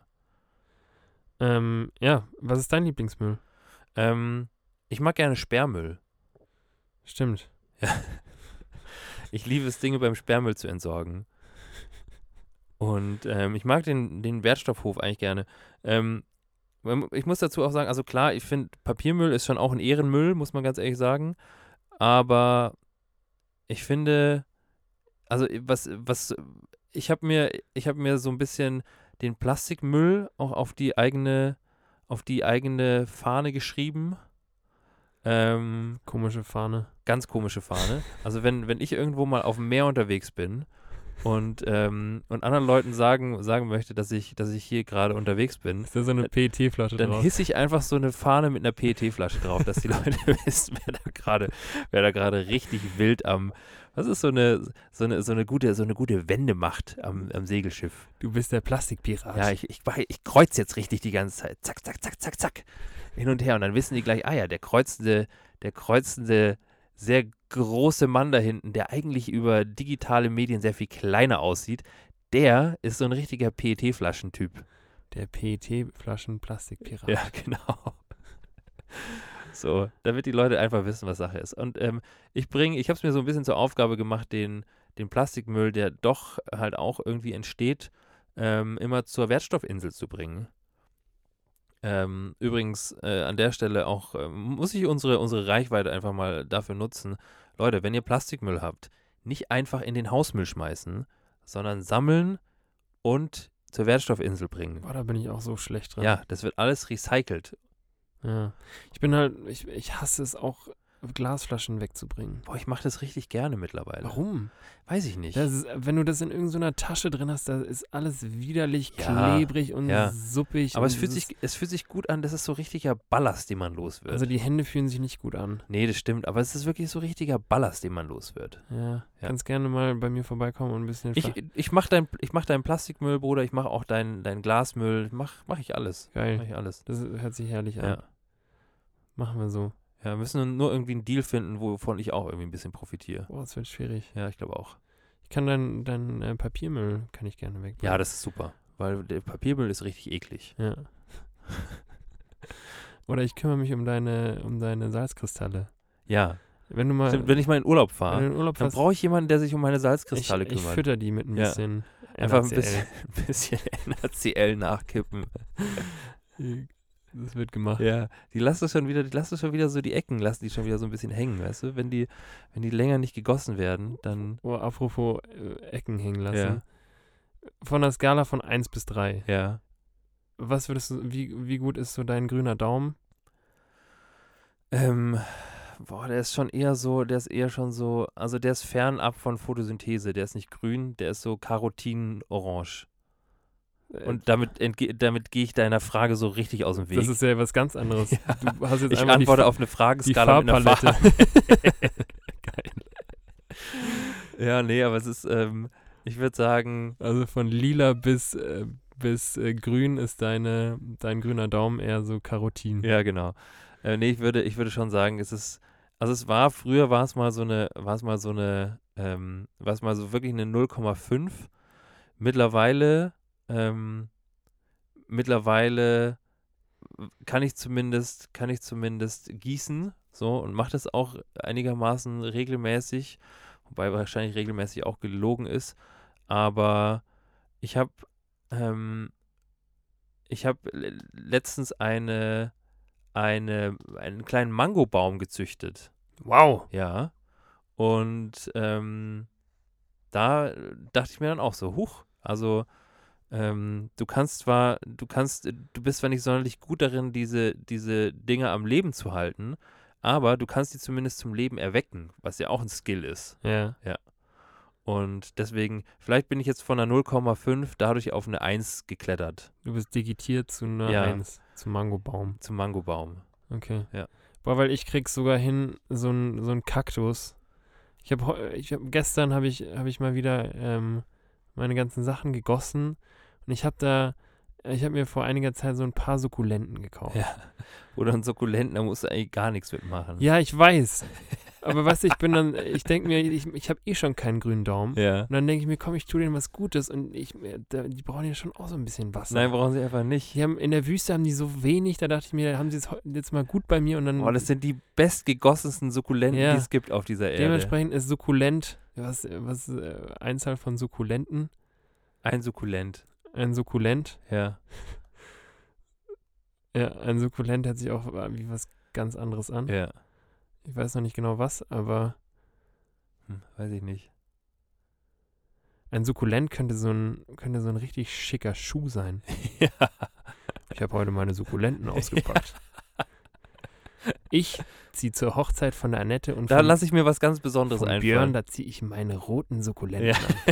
Ähm, ja, was ist dein Lieblingsmüll? Ähm, ich mag gerne Sperrmüll. Stimmt. Ich liebe es, Dinge beim Sperrmüll zu entsorgen. Und ähm, ich mag den, den Wertstoffhof eigentlich gerne. Ähm, ich muss dazu auch sagen, also klar, ich finde, Papiermüll ist schon auch ein Ehrenmüll, muss man ganz ehrlich sagen. Aber ich finde, also was, was, ich habe mir, ich habe mir so ein bisschen den Plastikmüll auch auf die eigene, auf die eigene Fahne geschrieben. Ähm, Komische Fahne. ganz komische Fahne. Also wenn, wenn ich irgendwo mal auf dem Meer unterwegs bin und, ähm, und anderen Leuten sagen, sagen möchte, dass ich, dass ich hier gerade unterwegs bin, Ist da so eine P E T-Flasche dann drauf? hisse ich einfach so eine Fahne mit einer P E T-Flasche drauf, dass die Leute wissen, wer da gerade, wer da gerade richtig wild am, was ist so eine, so eine, so eine gute, so eine gute Wende macht am, am Segelschiff. Du bist der Plastikpirat. Ja, ich, ich, ich kreuz jetzt richtig die ganze Zeit. Zack, zack, zack, zack, zack. Hin und her. Und dann wissen die gleich, ah ja, der kreuzende, der kreuzende, sehr große Mann da hinten, der eigentlich über digitale Medien sehr viel kleiner aussieht, der ist so ein richtiger P E T-Flaschentyp. Der P E T-Flaschen-Plastikpirat. Ja, genau. So, damit die Leute einfach wissen, was Sache ist. Und ähm, ich bringe, ich habe es mir so ein bisschen zur Aufgabe gemacht, den, den Plastikmüll, der doch halt auch irgendwie entsteht, ähm, immer zur Wertstoffinsel zu bringen. Ähm, übrigens, äh, an der Stelle auch, äh, muss ich unsere, unsere Reichweite einfach mal dafür nutzen. Leute, wenn ihr Plastikmüll habt, nicht einfach in den Hausmüll schmeißen, sondern sammeln und zur Wertstoffinsel bringen. Boah, da bin ich auch so schlecht dran. Ja, das wird alles recycelt. Ja. Ich bin halt, ich, ich hasse es auch, Glasflaschen wegzubringen. Boah, ich mache das richtig gerne mittlerweile. Warum? Weiß ich nicht. Das ist, wenn du das in irgendeiner Tasche drin hast, da ist alles widerlich, Ja, klebrig und ja. suppig. Aber und es fühlt, das sich, ist, es fühlt sich gut an, das ist so richtiger Ballast, den man los wird. Also die Hände fühlen sich nicht gut an. nee, das stimmt, aber es ist wirklich so richtiger Ballast, den man los wird. Ja, Ja. kannst gerne mal bei mir vorbeikommen und ein bisschen... Ich, Fla- ich mache dein, ich mach deinen Plastikmüll, Bruder, ich mache auch deinen dein Glasmüll, mach, mach ich alles. Mach Geil, ich alles. das hört sich herrlich an. Ja. Machen wir so. Ja, wir müssen nur irgendwie einen Deal finden, wovon ich auch irgendwie ein bisschen profitiere. Boah, das wird schwierig. Ja, ich glaube auch. Ich kann dein, dein äh, Papiermüll, kann ich gerne wegbringen. Ja, das ist super, weil der Papiermüll ist richtig eklig. Ja. Oder ich kümmere mich um deine, um deine Salzkristalle. Ja, Wenn du mal stimmt, wenn ich mal in Urlaub wenn fahre, du in Urlaub dann fährst, brauche ich jemanden, der sich um meine ich, Salzkristalle ich kümmert. fütter die mit ein Ja. bisschen Einfach ein N A C L. bisschen, ein bisschen N A C L nachkippen. Das wird gemacht. Ja, die lassen schon wieder, die lassen schon wieder so die Ecken, lassen die schon wieder so ein bisschen hängen, weißt du? Wenn die, wenn die länger nicht gegossen werden, dann, Oh, apropos äh, Ecken hängen lassen. Von der Skala von eins bis drei. ja. Was würdest du, wie, wie gut ist so dein grüner Daumen? Ähm, boah, der ist schon eher so, der ist eher schon so, also der ist fernab von Photosynthese, der ist nicht grün, der ist so Karotin-orange. Und damit, entge- damit gehe ich deiner Frage so richtig aus dem Weg. das ist ja was ganz anderes. Ja. Du hast jetzt ich einfach antworte die, auf eine die Fragenskala mit einer Farbpalette. Farbe. Ja, nee, aber es ist, ähm, ich würde sagen, Also von lila bis, äh, bis äh, grün ist deine, dein grüner Daumen eher so Karotin. ja, genau. Äh, nee, ich würde, ich würde schon sagen, es ist, also es war, früher war es mal so eine, war es mal so eine, ähm, war es mal so wirklich eine null Komma fünf. Mittlerweile, ähm, mittlerweile kann ich zumindest, kann ich zumindest gießen, so, und mache das auch einigermaßen regelmäßig, wobei wahrscheinlich regelmäßig auch gelogen ist, aber ich habe, ähm, ich habe le- letztens eine, eine, einen kleinen Mangobaum gezüchtet. Wow. Ja. Und ähm, da dachte ich mir dann auch so, huch, also ähm, du kannst zwar, du kannst, du bist zwar nicht sonderlich gut darin, diese, diese Dinge am Leben zu halten, aber du kannst sie zumindest zum Leben erwecken, was ja auch ein Skill ist. Ja. Und deswegen, vielleicht bin ich jetzt von einer null Komma fünf dadurch auf eine eins geklettert, Du bist digitiert zu einer Ja. eins, zum Mangobaum. zum Mangobaum. Okay. Ja. Boah, weil ich krieg sogar hin so ein so ein Kaktus. Ich habe ich hab, gestern habe ich habe ich mal wieder ähm, meine ganzen Sachen gegossen und ich habe da ich habe mir vor einiger Zeit so ein paar Sukkulenten gekauft. Ja. Oder ein Sukkulenten, da musst du eigentlich gar nichts mitmachen. Ja, ich weiß. Aber weißt du, ich bin dann, ich denke mir, ich, ich habe eh schon keinen grünen Daumen. Ja. Und dann denke ich mir, komm, ich tue denen was Gutes. Und ich, da, die brauchen ja schon auch so ein bisschen Wasser. Nein, brauchen sie einfach nicht. Die haben, in der Wüste haben die so wenig, da dachte ich mir, haben sie es heu- jetzt mal gut bei mir. Und dann Boah, das sind die bestgegossensten Sukkulenten, Ja. die es gibt auf dieser Erde. dementsprechend ist Sukkulent, was, was äh, Einzahl von Sukkulenten? Ein Sukkulent. Ein Sukkulent. Ja. Ja, ein Sukkulent hört sich auch wie was ganz anderes an. Ja. Ich weiß noch nicht genau was, aber Hm, weiß ich nicht. ein Sukkulent könnte so ein, könnte so ein richtig schicker Schuh sein. Ja. Ich habe heute meine Sukkulenten ausgepackt. Ich ziehe zur Hochzeit von der Annette und Da von, lasse ich mir was ganz Besonderes von einfallen. Björn, da ziehe ich meine roten Sukkulenten Ja. an.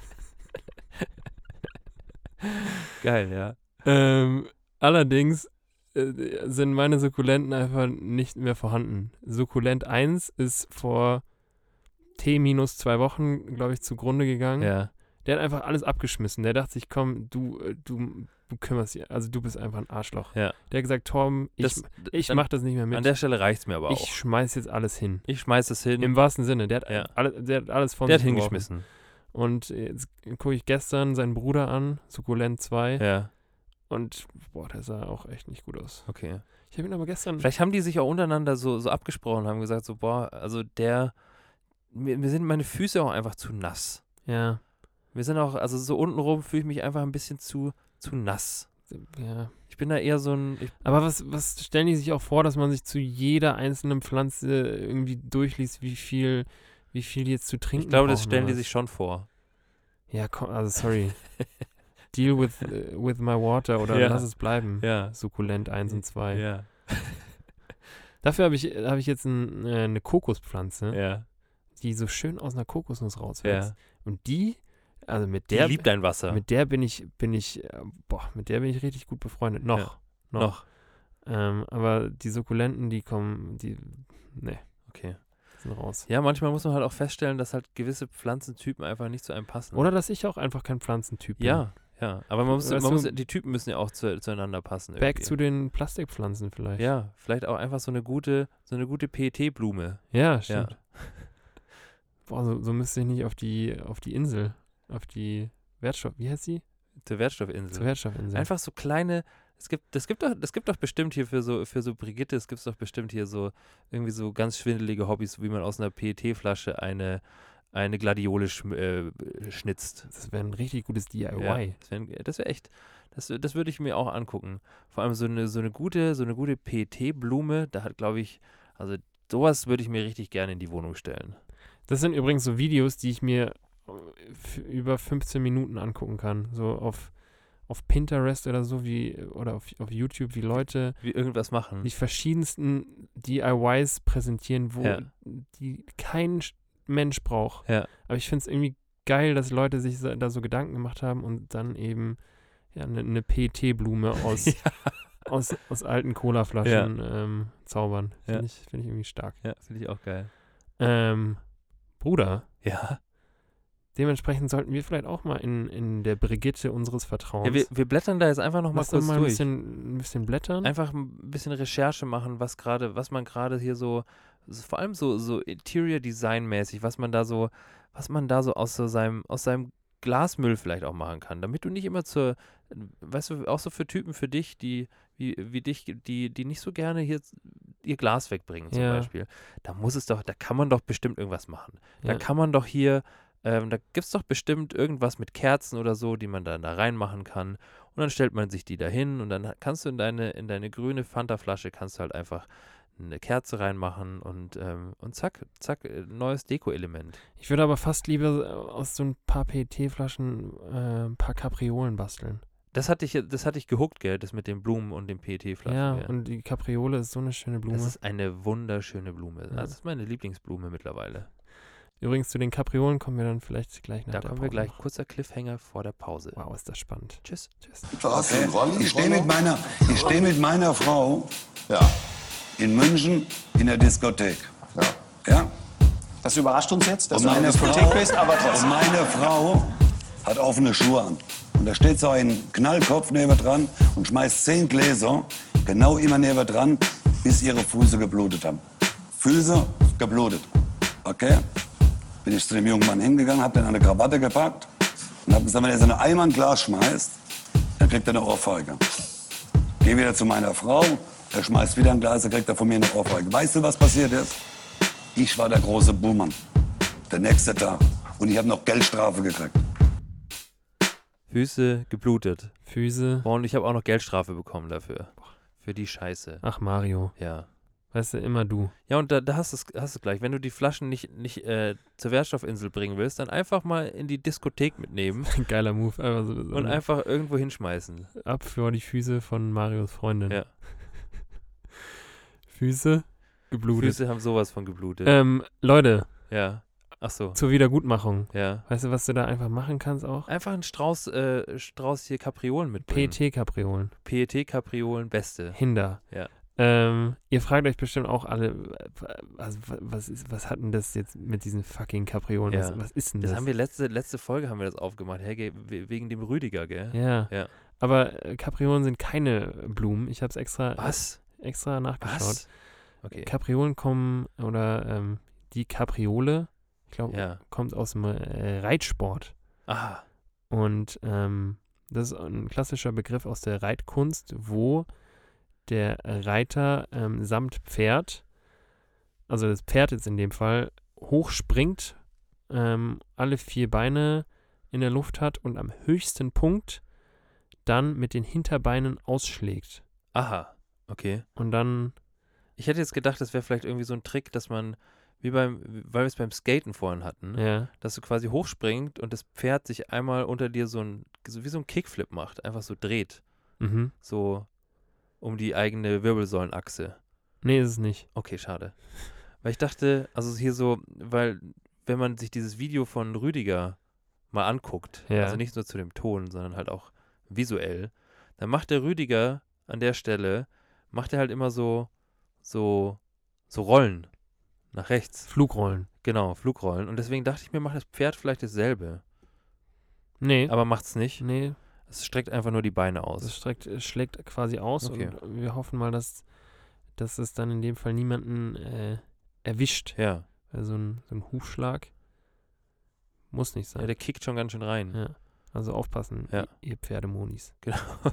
Geil, ja. Ähm, allerdings äh, sind meine Sukkulenten einfach nicht mehr vorhanden. Sukkulent eins ist vor T minus zwei Wochen, glaube ich, zugrunde gegangen. Ja. Der hat einfach alles abgeschmissen. Der dachte sich, komm, du, äh, du, du kümmerst dich, also du bist einfach ein Arschloch. Ja. Der hat gesagt, Torben, ich, Das, ich an, mach das nicht mehr mit. An der Stelle reicht es mir aber ich auch. schmeiß jetzt alles hin. Ich schmeiß es hin. Im wahrsten Sinne. Der hat, Ja. alle, der hat alles von Der hat sich geworfen. hingeschmissen. Und jetzt gucke ich gestern seinen Bruder an, Sukkulent zwei. Ja, Und boah, der sah auch echt nicht gut aus. okay. Ich habe ihn aber gestern. Vielleicht haben die sich auch untereinander so, so abgesprochen, haben gesagt so, boah, also der, mir, mir sind meine Füße auch einfach zu nass. Ja. Wir sind auch, also so untenrum fühle ich mich einfach ein bisschen zu, zu nass. Ja. Ich bin da eher so ein, ich, Aber was, was stellen die sich auch vor, dass man sich zu jeder einzelnen Pflanze irgendwie durchliest, wie viel, wie viel die jetzt zu trinken ich glaube, das brauchen stellen oder die was? sich schon vor. Ja, komm, also sorry. Deal with, äh, with my water oder Ja. lass es bleiben. Ja. Sukkulent eins und zwei. Ja. Dafür habe ich, hab ich jetzt ein, äh, eine Kokospflanze, Ja. die so schön aus einer Kokosnuss rauswächst. Ja. Und die, also mit Die der, liebt dein Wasser. mit der bin ich, bin ich, äh, boah, mit der bin ich richtig gut befreundet. Noch. Ja. Noch. Noch. Ähm, aber die Sukkulenten, die kommen, die, nee, Okay. sind raus. Ja, manchmal muss man halt auch feststellen, dass halt gewisse Pflanzentypen einfach nicht zu einem passen. Oder dass ich auch einfach kein Pflanzentyp bin. Ja, ja. Aber man muss, Weißt man du, muss, die Typen müssen ja auch zu, zueinander passen. Back irgendwie. zu den Plastikpflanzen vielleicht. Ja, vielleicht auch einfach so eine gute, so eine gute P E T-Blume. Ja, stimmt. Ja. Boah, so, so müsste ich nicht auf die, auf die Insel, auf die Wertstoff, wie heißt sie? Zur Wertstoffinsel. Zur Wertstoffinsel. Einfach so kleine, es gibt, das gibt doch, das gibt doch bestimmt hier für so, für so Brigitte, es gibt doch bestimmt hier so irgendwie so ganz schwindelige Hobbys, wie man aus einer P E T-Flasche eine, eine Gladiole schm- äh, schnitzt. Das wäre ein richtig gutes D I Y. Ja, das wäre das wär echt, das, das würde ich mir auch angucken. Vor allem so eine, so eine gute, so eine gute P E T-Blume, da hat, glaube ich, also sowas würde ich mir richtig gerne in die Wohnung stellen. Das sind übrigens so Videos, die ich mir f- über fünfzehn Minuten angucken kann. So auf, auf Pinterest oder so, wie, oder auf, auf YouTube, wie Leute Wie irgendwas machen. die verschiedensten D I Ys präsentieren, wo Ja. die kein Sch- Mensch braucht. Ja. Aber ich finde es irgendwie geil, dass Leute sich so- da so Gedanken gemacht haben und dann eben ja, eine ne P E T-Blume aus, ja. aus, aus alten Colaflaschen ähm, zaubern. Ja. Finde ich, find ich irgendwie stark. Ja, finde ich auch geil. Ähm, Bruder, Ja. dementsprechend sollten wir vielleicht auch mal in, in der Brigitte unseres Vertrauens ja wir, wir blättern da jetzt einfach noch mal Lass doch kurz mal ein durch. bisschen, ein bisschen blättern. Einfach ein bisschen Recherche machen, was gerade, was man gerade hier so, so, vor allem so, so Interior Design mäßig, was man da so, was man da so aus so seinem, aus seinem Glasmüll vielleicht auch machen kann, damit du nicht immer zur, weißt du, auch so für Typen für dich, die, wie, wie dich, die, die nicht so gerne hier ihr Glas wegbringen zum Ja. Beispiel. Da muss es doch, da kann man doch bestimmt irgendwas machen. Da Ja. kann man doch hier, ähm, da gibt es doch bestimmt irgendwas mit Kerzen oder so, die man dann da reinmachen kann. Und dann stellt man sich die da hin und dann kannst du in deine, in deine grüne Fanta-Flasche kannst du halt einfach eine Kerze reinmachen und, ähm, und zack, zack, äh, neues Deko-Element. Ich würde aber fast lieber äh, aus so ein paar P E T-Flaschen äh, ein paar Kapriolen basteln. Das hatte ich, das hatte ich gehuckt, gell, das mit den Blumen und den P E T-Flaschen. Ja, gell. und die Kapriole ist so eine schöne Blume. Das ist eine wunderschöne Blume. Ja. Das ist meine Lieblingsblume mittlerweile. Übrigens, zu den Kapriolen kommen wir dann vielleicht gleich nach Da der kommen wir Pause gleich. noch. Kurzer Cliffhanger vor der Pause. Wow, ist das spannend. Tschüss. Tschüss. Okay. Ich stehe mit meiner, ich stehe mit meiner Frau Ja. in München in der Diskothek. Ja. Ja? Das überrascht uns jetzt, dass Und du in der meine, Diskothek Frau, bist, aber und trotzdem. meine Frau hat offene Schuhe an. Und da steht so ein Knallkopf neben dran und schmeißt zehn Gläser genau immer neben dran, bis ihre Füße geblutet haben. Füße geblutet. Okay? Bin ich zu dem jungen Mann hingegangen, hab den an eine Krawatte gepackt und hab gesagt, wenn er so eine Eimer ein Glas schmeißt, dann kriegt er eine Ohrfeige. Geh wieder zu meiner Frau, er schmeißt wieder ein Glas, dann kriegt er von mir eine Ohrfeige. Weißt du, was passiert ist? Ich war der große Buhmann. Der nächste Tag. Und ich habe noch Geldstrafe gekriegt. Füße geblutet. Füße. Und ich habe auch noch Geldstrafe bekommen dafür. Für die Scheiße. Ach, Mario. Ja. Weißt du, immer du. Ja, und da, da hast du es hast du's gleich. Wenn du die Flaschen nicht, nicht äh, zur Wertstoffinsel bringen willst, dann einfach mal in die Diskothek mitnehmen Geiler Move. Einfach so, so und einfach irgendwo hinschmeißen. ab vor die Füße von Marios Freundin. Ja. Füße geblutet. Füße haben sowas von geblutet. Ähm, Leute, Ja. Ach so. zur Wiedergutmachung. Ja. Weißt du, was du da einfach machen kannst auch? Einfach einen Strauß, äh, Strauß hier Kapriolen P E mitbringen. T-Kapriolen. P E T-Kapriolen, beste. Hinder. Ja. Ähm, ihr fragt euch bestimmt auch alle, also, was, ist, was hat denn das jetzt mit diesen fucking Kapriolen? Ja. Was, was ist denn Das das? haben wir letzte, letzte Folge haben wir das aufgemacht, hey, ge- we- wegen dem Rüdiger, gell? ja. Ja. Aber äh, Kapriolen sind keine Blumen. Ich habe es extra, Was? extra nachgeschaut. Was? Okay. Kapriolen kommen, oder ähm, die Kapriole, ich glaube, Ja. kommt aus dem äh, Reitsport. Ah. Und ähm, das ist ein klassischer Begriff aus der Reitkunst, wo der Reiter ähm, samt Pferd, also das Pferd jetzt in dem Fall, hochspringt, ähm, alle vier Beine in der Luft hat und am höchsten Punkt dann mit den Hinterbeinen ausschlägt. Aha. Okay. Und dann, Ich hätte jetzt gedacht, das wäre vielleicht irgendwie so ein Trick, dass man, wie beim, weil wir es beim Skaten vorhin hatten, ja, dass du quasi hochspringt und das Pferd sich einmal unter dir so ein, so wie so ein Kickflip macht, einfach so dreht. mhm. So um die eigene Wirbelsäulenachse. Nee, ist es nicht. Okay, schade. Weil ich dachte, also hier so, weil wenn man sich dieses Video von Rüdiger mal anguckt, Ja. also nicht nur zu dem Ton, sondern halt auch visuell, dann macht der Rüdiger an der Stelle, macht er halt immer so, so, so Rollen nach rechts. Flugrollen. Genau, Flugrollen. Und deswegen dachte ich mir, macht das Pferd vielleicht dasselbe. Nee, Aber macht's nicht. nee, Es streckt einfach nur die Beine das aus. streckt, es schlägt quasi aus Okay. und wir hoffen mal, dass, dass es dann in dem Fall niemanden äh, erwischt. Ja. Weil so ein, so ein Hufschlag muss nicht ja, sein. der kickt schon ganz schön rein. Ja. Also aufpassen, Ja. ihr Pferdemonis. Genau.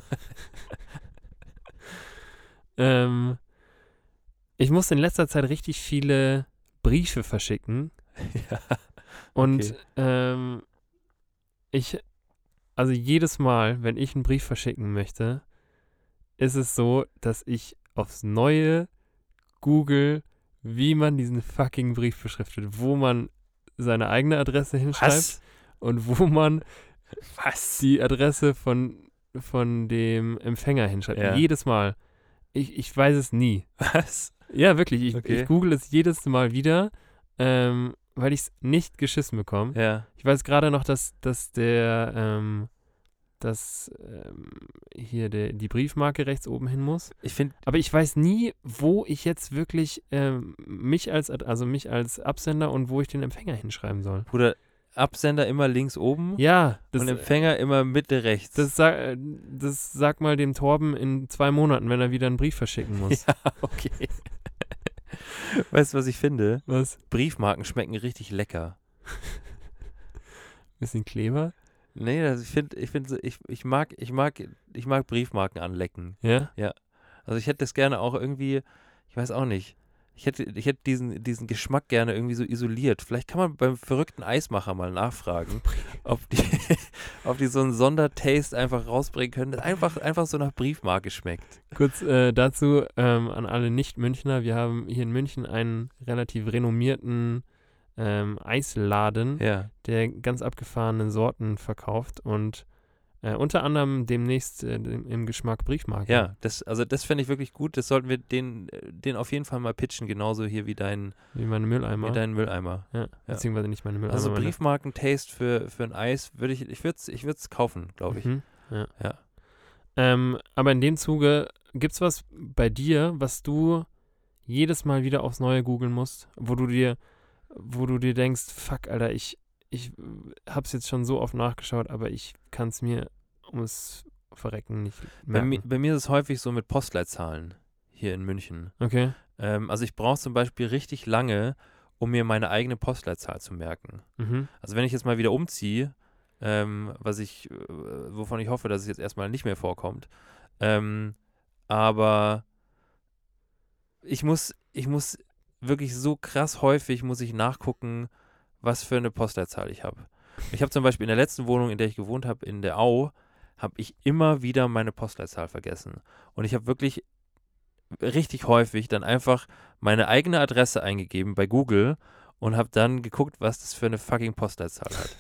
Ähm, ich muss in letzter Zeit richtig viele Briefe verschicken. Ja. Und Okay. ähm, ich, also jedes Mal, wenn ich einen Brief verschicken möchte, ist es so, dass ich aufs Neue google, wie man diesen fucking Brief beschriftet, wo man seine eigene Adresse hinschreibt Was? und wo man Was? die Adresse von, von dem Empfänger hinschreibt. Ja. Jedes Mal. Ich, ich weiß es nie. Was? Ja, wirklich. Ich, Okay. ich google es jedes Mal wieder, ähm, weil ich es nicht geschissen bekomme. Ja. Ich weiß gerade noch, dass, dass der, ähm, dass ähm, hier der, die Briefmarke rechts oben hin muss. Ich finde, Aber ich weiß nie, wo ich jetzt wirklich ähm, mich als, Ad- also mich als Absender und wo ich den Empfänger hinschreiben soll. Bruder, Absender immer links oben Ja, das, und Empfänger immer Mitte rechts. das, sag, äh, das sag mal dem Torben in zwei Monaten, wenn er wieder einen Brief verschicken muss. Ja, okay. Weißt du, was ich finde? Was? Briefmarken schmecken richtig lecker. Bisschen Kleber? Nee, also ich finde, ich finde, so- ich, ich mag, ich mag, ich mag Briefmarken anlecken. Ja? Also ich hätte das gerne auch irgendwie, ich weiß auch nicht. Ich hätte, ich hätte diesen, diesen Geschmack gerne irgendwie so isoliert. Vielleicht kann man beim verrückten Eismacher mal nachfragen, ob die, ob die so einen Sondertaste einfach rausbringen können, das einfach, einfach so nach Briefmarke schmeckt. Kurz äh, dazu ähm, an alle Nicht-Münchner. Wir haben hier in München einen relativ renommierten ähm, Eisladen, Ja. der ganz abgefahrene Sorten verkauft und äh, unter anderem demnächst äh, im, im Geschmack Briefmarke. Ja, das, also das fände ich wirklich gut. Das sollten wir den, den auf jeden Fall mal pitchen, genauso hier wie dein, Wie meine Mülleimer. wie dein Mülleimer. ja, beziehungsweise nicht meine Mülleimer. Also meine- Briefmarken-Taste für, für ein Eis würde ich, ich würde es ich würd's kaufen, glaube ich. Mhm, ja. Ja. Ähm, aber in dem Zuge, gibt's was bei dir, was du jedes Mal wieder aufs Neue googeln musst, wo du dir, wo du dir denkst, fuck, Alter, ich, ich hab's jetzt schon so oft nachgeschaut, aber ich kann es mir ums Verrecken nicht Bei, merken. mi, bei mir ist es häufig so mit Postleitzahlen hier in München. Okay. Ähm, also ich brauche zum Beispiel richtig lange, um mir meine eigene Postleitzahl zu merken. Mhm. Also wenn ich jetzt mal wieder umziehe, ähm, was ich, äh, wovon ich hoffe, dass es jetzt erstmal nicht mehr vorkommt, ähm, aber ich muss, ich muss wirklich so krass häufig muss ich nachgucken, was für eine Postleitzahl ich habe. Ich habe zum Beispiel in der letzten Wohnung, in der ich gewohnt habe, in der Au, habe ich immer wieder meine Postleitzahl vergessen. Und ich habe wirklich richtig häufig dann einfach meine eigene Adresse eingegeben bei Google und habe dann geguckt, was das für eine fucking Postleitzahl hat.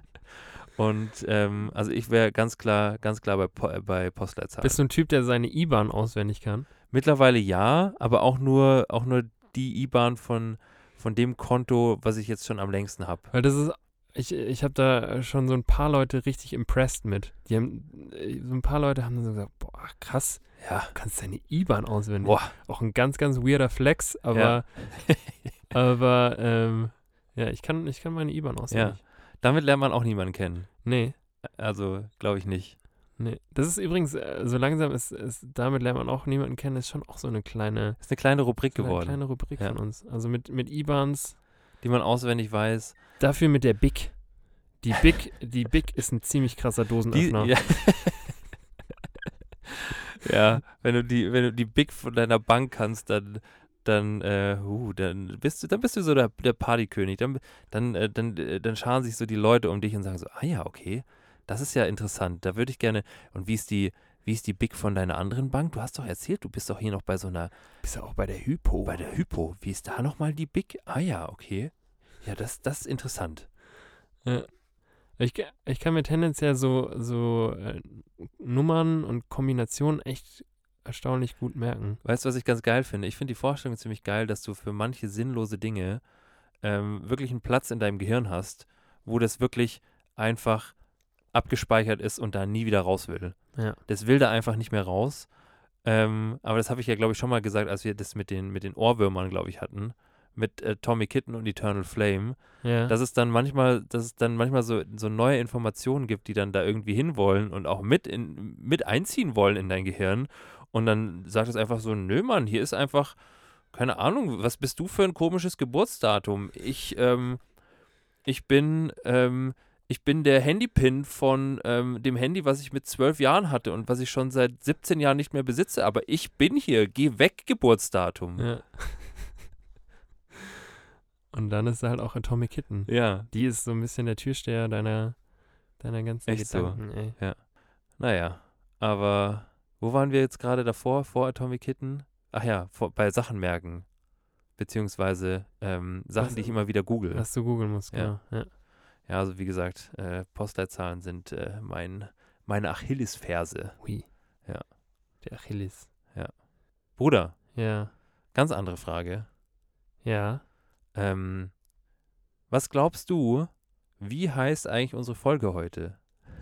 Und ähm, also ich wäre ganz klar, ganz klar bei, Po- äh, bei Postleitzahlen. Bist du ein Typ, der seine I B A N auswendig kann? Mittlerweile ja, aber auch nur, auch nur die I B A N von, von dem Konto, was ich jetzt schon am längsten habe. Weil das ist, ich, ich habe da schon so ein paar Leute richtig impressed mit. Die haben, äh, so ein paar Leute haben dann so gesagt, boah, krass, Ja. du kannst deine I B A N auswendig. Boah. Auch ein ganz, ganz weirder Flex, aber, aber, ähm, ja, ich kann, ich kann meine I B A N auswendig. Damit lernt man auch niemanden kennen. Nee, Also, glaube ich nicht. nee. Das ist übrigens, äh, so langsam ist, ist, damit lernt man auch niemanden kennen, ist schon auch so eine kleine, Ist eine kleine Rubrik so eine geworden, kleine Rubrik Ja. von uns. Also mit, mit I B A Ns, die man auswendig weiß. dafür mit der B I C. Die B I C, die B I C ist ein ziemlich krasser Die, Dosenöffner. ja. ja, wenn du die, wenn du die Big von deiner Bank kannst, dann, dann, äh, uh, dann bist du, dann bist du so der, der Partykönig. Dann, dann, äh, dann, äh, dann scharen sich so die Leute um dich und sagen so, ah ja, okay, das ist ja interessant. Da würde ich gerne. Und wie ist die, wie ist die Big von deiner anderen Bank? Du hast doch erzählt, du bist doch hier noch bei so einer, Bist ja auch bei der Hypo. bei der Hypo. Wie ist da nochmal die Big? Ah ja, okay. Ja, das, das ist interessant. Ich, ka- ich kann mir tendenziell so, so äh, Nummern und Kombinationen echt erstaunlich gut merken. Weißt du, was ich ganz geil finde? Ich finde die Vorstellung ziemlich geil, dass du für manche sinnlose Dinge ähm, wirklich einen Platz in deinem Gehirn hast, wo das wirklich einfach abgespeichert ist und da nie wieder raus will. Ja. Das will da einfach nicht mehr raus. Ähm, aber das habe ich ja, glaube ich, schon mal gesagt, als wir das mit den, mit den Ohrwürmern, glaube ich, hatten. Mit äh, Tommy Kitten und Eternal Flame. Ja. Dass es dann manchmal, dass es dann manchmal so, so neue Informationen gibt, die dann da irgendwie hinwollen und auch mit, in, mit einziehen wollen in dein Gehirn. Und dann sagt es einfach so, nö Mann, hier ist einfach, keine Ahnung, was bist du für ein komisches Geburtsdatum? Ich, ähm, ich bin, ähm, ich bin der Handypin von ähm, dem Handy, was ich mit zwölf Jahren hatte und was ich schon seit siebzehn Jahren nicht mehr besitze. Aber ich bin hier, geh weg, Geburtsdatum. ja. Und dann ist da halt auch Atomic Kitten. Ja, Die ist so ein bisschen der Türsteher deiner, deiner ganzen Echt so? Gedanken, ey. naja, aber wo waren wir jetzt gerade davor, vor Atomic Kitten? Ach ja, vor, bei Sachen merken. Beziehungsweise ähm, Sachen, Was- die ich immer wieder google. Was du googeln musst, Ja. genau. Ja. Ja, also wie gesagt, äh, Postleitzahlen sind äh, mein, meine Achillesferse. Hui. Ja. Der Achilles. Bruder, Ja. ganz andere Frage. Ja. Ähm, was glaubst du, wie heißt eigentlich unsere Folge heute?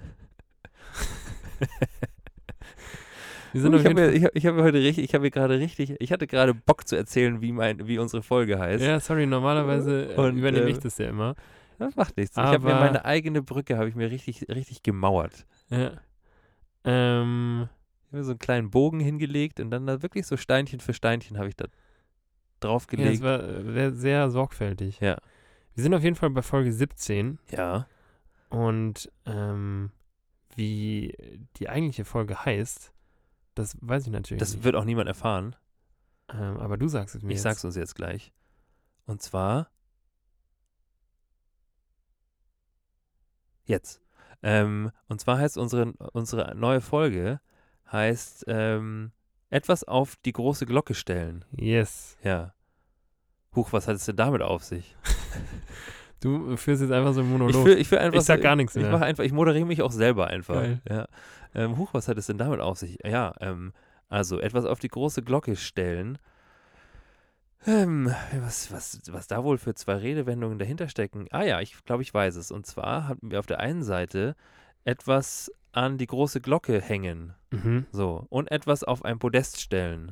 Wir sind ich auf jeden habe Fall, mir, ich hab, ich hab mir heute richtig, ich habe mir gerade richtig, ich hatte gerade Bock zu erzählen, wie mein, wie unsere Folge heißt. ja, sorry, normalerweise äh, Und, übernehme äh, ich das ja immer. Das macht nichts. Ich habe mir Aber- meine eigene Brücke, habe ich mir richtig, richtig gemauert. Ja. Ähm, Ich habe mir so einen kleinen Bogen hingelegt und dann da wirklich so Steinchen für Steinchen habe ich da ja, das draufgelegt. war äh, sehr, sehr sorgfältig. Ja. Wir sind auf jeden Fall bei Folge siebzehn Ja. und ähm, wie die eigentliche Folge heißt, das weiß ich natürlich Das nicht. wird auch niemand erfahren. Ähm, aber du sagst es mir Ich jetzt. sag's uns jetzt gleich. Und zwar jetzt. Ähm, und zwar heißt unsere, unsere neue Folge heißt ähm, etwas auf die große Glocke stellen. Yes. Ja. Huch, was hat es denn damit auf sich? Du führst jetzt einfach so einen Monolog. Ich, fühl, ich, fühl einfach Ich sag so- gar nichts ich, mehr. mach einfach, ich moderiere mich auch selber einfach. Geil. Ja. Ähm, huch, was hat es denn damit auf sich? Ja, ähm, also etwas auf die große Glocke stellen. Ähm, was, was, was da wohl für zwei Redewendungen dahinter stecken? Ah ja, ich glaube, ich weiß es. Und zwar hatten wir auf der einen Seite etwas an die große Glocke hängen. Mhm. So. Und etwas auf ein Podest stellen.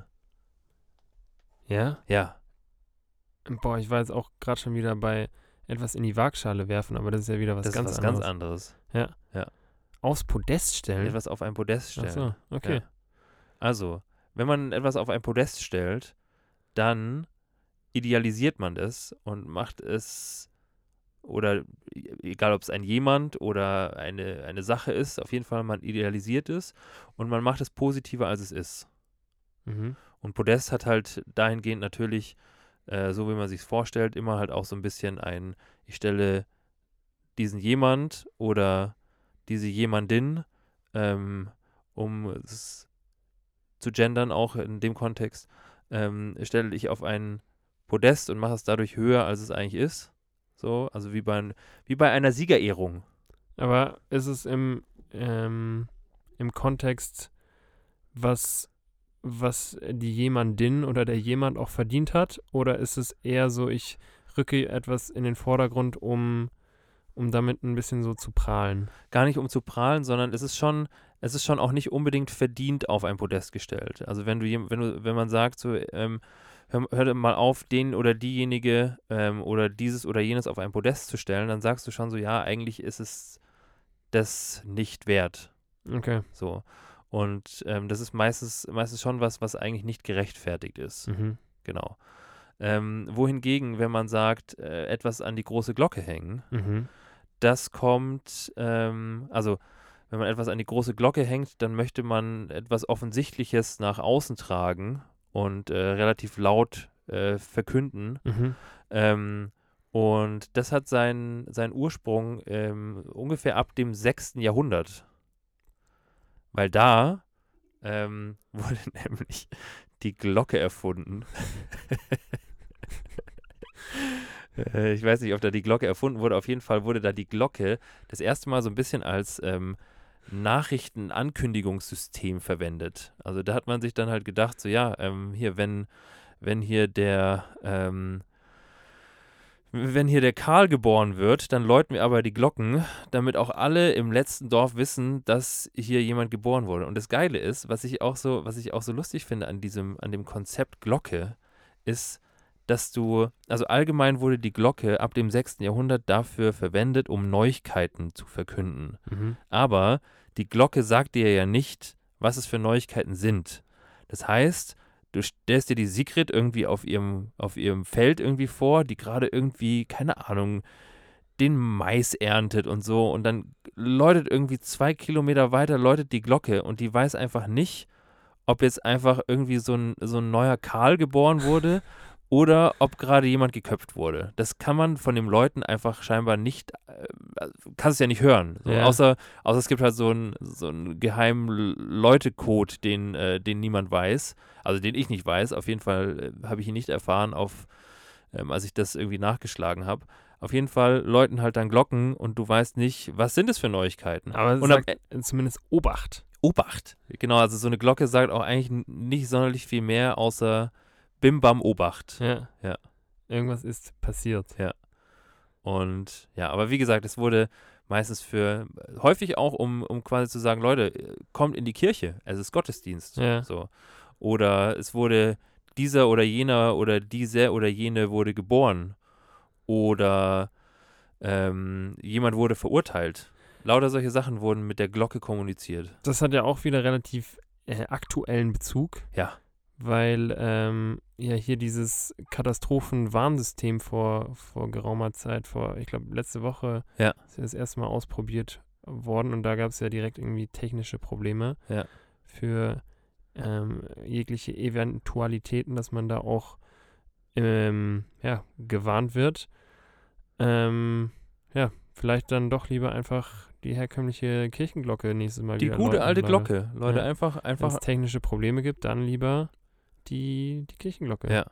Ja? Ja. Boah, ich war jetzt auch gerade schon wieder bei etwas in die Waagschale werfen, aber das ist ja wieder was das ganz ist was anderes. ganz anderes. Aufs Podest stellen? Etwas auf ein Podest Ach stellen. so, okay. Ja. Also, wenn man etwas auf ein Podest stellt, dann idealisiert man das und macht es, oder e- egal ob es ein jemand oder eine, eine Sache ist, auf jeden Fall, man idealisiert es und man macht es positiver, als es ist. Mhm. Und Podest hat halt dahingehend natürlich, äh, so wie man sich es vorstellt, immer halt auch so ein bisschen ein, ich stelle diesen jemand oder diese jemandin, ähm, um es zu gendern, auch in dem Kontext, ähm, stelle ich auf ein Podest und mache es dadurch höher, als es eigentlich ist. So, also wie bei, ein- wie bei einer Siegerehrung. Aber ist es im, ähm, im Kontext, was, was die jemandin oder der jemand auch verdient hat? Oder ist es eher so, ich rücke etwas in den Vordergrund, um, um damit ein bisschen so zu prahlen? Gar nicht um zu prahlen, sondern es ist schon, es ist schon auch nicht unbedingt verdient auf ein Podest gestellt. Also wenn du, jem- wenn du, wenn man sagt, so, ähm, hör, hör mal auf, den oder diejenige ähm, oder dieses oder jenes auf ein Podest zu stellen, dann sagst du schon so, ja, eigentlich ist es das nicht wert. Okay. So. Und ähm, das ist meistens, meistens schon was, was eigentlich nicht gerechtfertigt ist. Mhm. Genau. Ähm, wohingegen, wenn man sagt, äh, etwas an die große Glocke hängen, Mhm. das kommt, ähm, also wenn man etwas an die große Glocke hängt, dann möchte man etwas Offensichtliches nach außen tragen und äh, relativ laut äh, verkünden. Mhm. Ähm, und das hat seinen, seinen Ursprung ähm, ungefähr ab dem sechsten Jahrhundert. Weil da ähm, wurde nämlich die Glocke erfunden. Äh, Ich weiß nicht, ob da die Glocke erfunden wurde. Auf jeden Fall wurde da die Glocke das erste Mal so ein bisschen als ähm, Nachrichtenankündigungssystem verwendet. Also da hat man sich dann halt gedacht, so ja, ähm, hier, wenn, wenn hier der, ähm, wenn hier der Karl geboren wird, dann läuten wir aber die Glocken, damit auch alle im letzten Dorf wissen, dass hier jemand geboren wurde. Und das Geile ist, was ich auch so, was ich auch so lustig finde an diesem, an dem Konzept Glocke, ist, dass du, also allgemein wurde die Glocke ab dem sechsten Jahrhundert dafür verwendet, um Neuigkeiten zu verkünden. Mhm. Aber die Glocke sagt dir ja nicht, was es für Neuigkeiten sind. Das heißt, du stellst dir die Sigrid irgendwie auf ihrem, auf ihrem Feld irgendwie vor, die gerade irgendwie, keine Ahnung, den Mais erntet und so. Und dann läutet irgendwie zwei Kilometer weiter, läutet die Glocke und die weiß einfach nicht, ob jetzt einfach irgendwie so ein, so ein neuer Karl geboren wurde oder ob gerade jemand geköpft wurde. Das kann man von den Leuten einfach scheinbar nicht, äh, kannst es ja nicht hören. So, Ja. außer, außer es gibt halt so einen so einen geheimen Leute-Code, den, äh, den niemand weiß, also den ich nicht weiß. Auf jeden Fall äh, habe ich ihn nicht erfahren, auf, ähm, als ich das irgendwie nachgeschlagen habe. Auf jeden Fall läuten halt dann Glocken und du weißt nicht, was sind es für Neuigkeiten. Aber es Und am sagt zumindest Obacht. Obacht. Genau, also so eine Glocke sagt auch eigentlich n- nicht sonderlich viel mehr, außer Bim Bam Obacht. Ja. Ja. Irgendwas ist passiert. Und ja, aber wie gesagt, es wurde meistens für, häufig auch, um, um quasi zu sagen, Leute, äh, kommt in die Kirche, es ist Gottesdienst. Ja. So. Oder es wurde dieser oder jener oder diese oder jene wurde geboren. Oder ähm, jemand wurde verurteilt. Lauter solche Sachen wurden mit der Glocke kommuniziert. Das hat ja auch wieder relativ äh, aktuellen Bezug. Ja. Weil ähm, ja hier dieses Katastrophenwarnsystem vor, vor geraumer Zeit, vor, ich glaube, letzte Woche Ja. ist ja das erste Mal ausprobiert worden und da gab es ja direkt irgendwie technische Probleme Ja. für ähm, jegliche Eventualitäten, dass man da auch ähm, ja, gewarnt wird. Ähm, ja, vielleicht dann doch lieber einfach die herkömmliche Kirchenglocke nächstes Mal Die wieder gute läuten, alte weil Glocke. Leute, ja. einfach, Wenn einfach. es technische Probleme gibt, dann lieber die, die Kirchenglocke. Ja.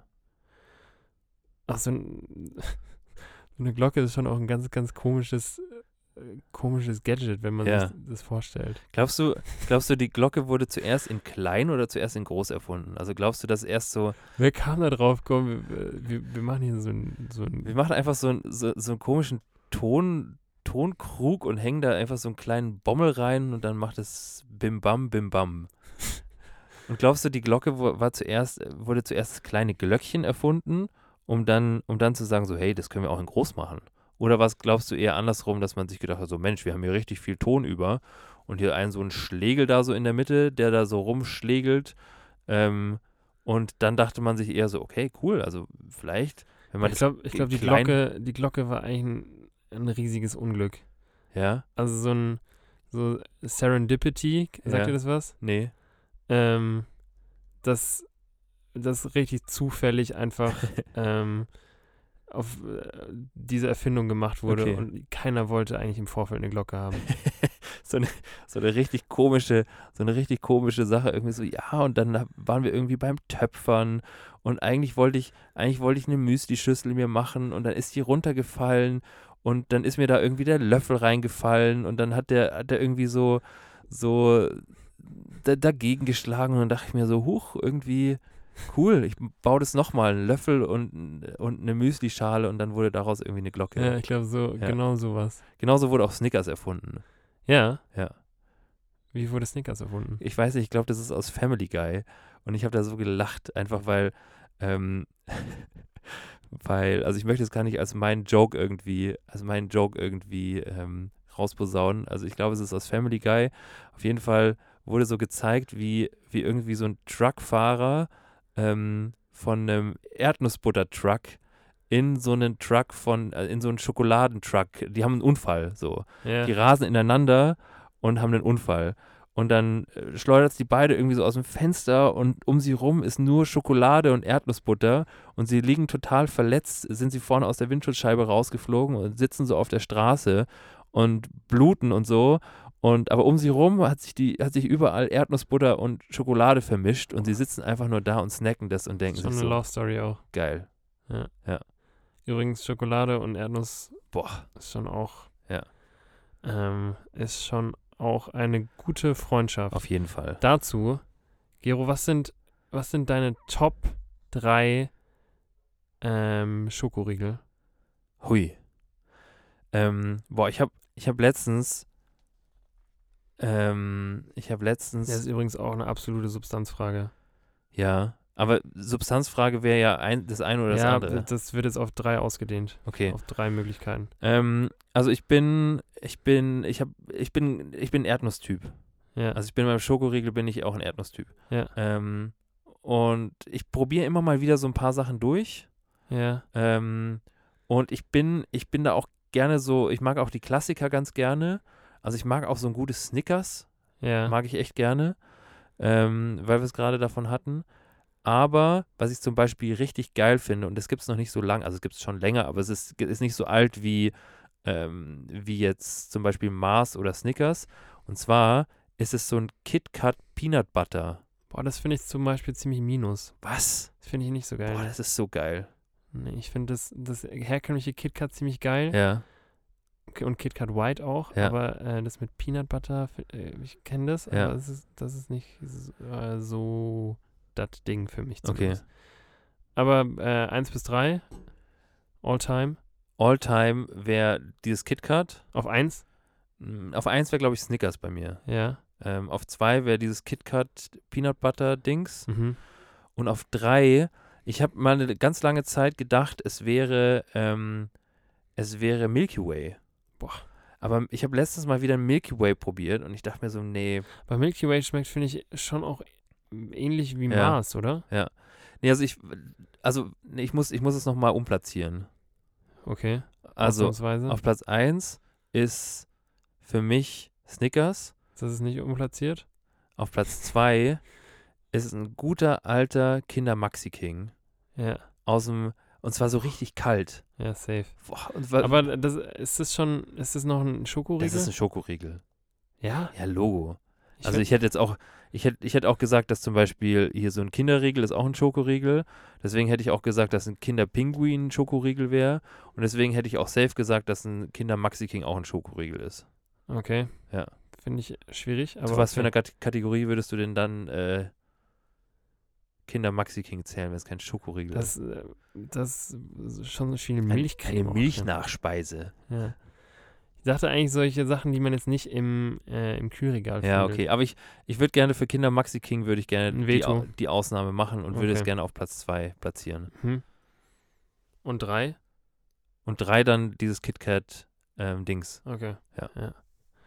Ach, so, ein, so eine Glocke ist schon auch ein ganz, ganz komisches, äh, komisches Gadget, wenn man Ja. sich das vorstellt. Glaubst du, glaubst du, die Glocke wurde zuerst in klein oder zuerst in groß erfunden? Also glaubst du, dass erst so, Wer kam da drauf? Komm, wir, wir, wir machen hier so ein, so ein wir machen einfach so, ein, so, so einen komischen Ton, Tonkrug und hängen da einfach so einen kleinen Bommel rein und dann macht es Bim Bam, Bim Bam. Und glaubst du, die Glocke wo- war zuerst, wurde zuerst das kleine Glöckchen erfunden, um dann, um dann zu sagen, so, hey, das können wir auch in groß machen? Oder was glaubst du eher andersrum, dass man sich gedacht hat, so, Mensch, wir haben hier richtig viel Ton über und hier einen so einen Schlegel da so in der Mitte, der da so rumschlägelt. Ähm, und dann dachte man sich eher so, okay, cool, also vielleicht, wenn man ich das glaube, ich glaub, die, klein- Glocke, die Glocke war eigentlich ein, ein riesiges Unglück. Ja, Also so ein so Serendipity, sagt Ja. ihr das was? nee, Ähm, dass das richtig zufällig einfach ähm, auf äh, diese Erfindung gemacht wurde Okay. und keiner wollte eigentlich im Vorfeld eine Glocke haben. so eine, so eine richtig komische, so eine richtig komische Sache, irgendwie so, ja, und dann hab- waren wir irgendwie beim Töpfern und eigentlich wollte ich, eigentlich wollte ich eine Müsli-Schüssel mir machen und dann ist die runtergefallen und dann ist mir da irgendwie der Löffel reingefallen und dann hat der, hat der irgendwie so, so da, dagegen geschlagen und dann dachte ich mir so, huch, irgendwie cool, ich baue das nochmal, einen Löffel und, und eine Müsli-Schale und dann wurde daraus irgendwie eine Glocke. Ja, ich glaube so, Ja. genau sowas. Genauso wurde auch Snickers erfunden. Ja. Ja. Wie wurde Snickers erfunden? Ich weiß nicht, ich glaube, das ist aus Family Guy. Und ich habe da so gelacht, einfach weil, ähm, weil, also ich möchte es gar nicht als meinen Joke irgendwie, als meinen Joke irgendwie ähm, rausposaunen. Also ich glaube, es ist aus Family Guy. Auf jeden Fall wurde so gezeigt, wie, wie irgendwie so ein Truckfahrer ähm, von einem Erdnussbutter-Truck in so einen Truck von, äh, in so einen Schokoladentruck, die haben einen Unfall, so. Ja. Die rasen ineinander und haben einen Unfall. Und dann äh, schleudert es die beide irgendwie so aus dem Fenster und um sie rum ist nur Schokolade und Erdnussbutter und sie liegen total verletzt, sind sie vorne aus der Windschutzscheibe rausgeflogen und sitzen so auf der Straße und bluten und so. Und aber um sie rum hat sich die, hat sich überall Erdnussbutter und Schokolade vermischt und sie sitzen einfach nur da und snacken das und denken Schon sich eine so, Love Story auch. geil. Übrigens, Schokolade und Erdnuss Boah. ist schon auch, Ja. ähm, ist schon auch eine gute Freundschaft. Auf jeden Fall. Dazu, Gero, was sind, was sind deine Top drei ähm, Schokoriegel? Hui. Ähm, boah, ich habe ich hab letztens, ähm, ich habe letztens, Das ist übrigens auch eine absolute Substanzfrage. ja, aber Substanzfrage wäre ja ein, das eine oder das ja, andere. das wird jetzt auf drei ausgedehnt. Okay. Auf drei Möglichkeiten. Ähm, also ich bin, ich bin, ich habe, ich bin, ich bin Erdnusstyp. Ja. Also ich bin beim Schokoriegel bin ich auch ein Erdnusstyp. Ja. Ähm, und ich probiere immer mal wieder so ein paar Sachen durch. ja. Ähm, und ich bin, ich bin da auch gerne so, ich mag auch die Klassiker ganz gerne. Also ich mag auch so ein gutes Snickers. Ja. Mag ich echt gerne, ähm, weil wir es gerade davon hatten. Aber was ich zum Beispiel richtig geil finde, und das gibt es noch nicht so lang, also es gibt es schon länger, aber es ist, ist nicht so alt wie, ähm, wie jetzt zum Beispiel Mars oder Snickers. Und zwar ist es so ein KitKat Peanut Butter. Boah, das finde ich zum Beispiel ziemlich minus. Was? Das finde ich nicht so geil. Boah, das ist so geil. Nee, ich finde das, das herkömmliche KitKat ziemlich geil. Ja. Okay, und KitKat White auch. Ja. Aber äh, das mit Peanut Butter, fi- äh, ich kenne das, Ja. aber das ist, das ist nicht s- äh, so das Ding für mich Okay. zumindest. Aber äh, eins bis drei, all time. All-time wäre dieses KitKat. Auf eins? Mm, Auf eins wäre, glaube ich, Snickers bei mir. Ja. Ähm, auf zwei wäre dieses KitKat Peanut Butter Dings. Mhm. Und auf drei, ich habe mal eine ganz lange Zeit gedacht, es wäre, ähm, es wäre Milky Way. Boah. Aber ich habe letztens mal wieder ein Milky Way probiert und ich dachte mir so, nee. Bei Milky Way schmeckt, finde ich, schon auch ähnlich wie Ja. Mars, oder? Nee, also ich, also nee, ich muss, ich muss es nochmal umplatzieren. Okay. Also Ausnahmsweise. auf Platz eins ist für mich Snickers. Das ist nicht umplatziert. Auf Platz zwei ist ein guter, alter Kinder-Maxi-King. Ja, Aus dem, und zwar so richtig kalt. ja, safe. Boah, und wa- Aber das, ist das schon, ist das noch ein Schokoriegel? das ist ein Schokoriegel. ja? Ja, Logo. Ich Also find- ich hätte jetzt auch, ich hätte, ich hätte auch gesagt, dass zum Beispiel hier so ein Kinderriegel ist auch ein Schokoriegel. Deswegen hätte ich auch gesagt, dass ein Kinder-Pinguin ein Schokoriegel wäre. Und deswegen hätte ich auch safe gesagt, dass ein Kinder-Maxi-King auch ein Schokoriegel ist. Okay. Ja. Finde ich schwierig. Aber Zu was für okay. einer Kat- Kategorie würdest du denn dann äh, Kinder-Maxi-King zählen, wenn es kein Schokoriegel ist? Das, äh, das ist schon viel Ein- Milchcreme. Eine auch Milchnachspeise. drin. Ja. Ich dachte eigentlich solche Sachen, die man jetzt nicht im, äh, im Kühlregal Ja, findet. okay. Aber ich, ich würde gerne für Kinder Maxi King würde ich gerne Ein die, Veto. Au- die Ausnahme machen und würde es Okay. gerne auf Platz zwei platzieren. Mhm. Und drei? Und drei dann dieses KitKat ähm, Dings. Okay. Ja.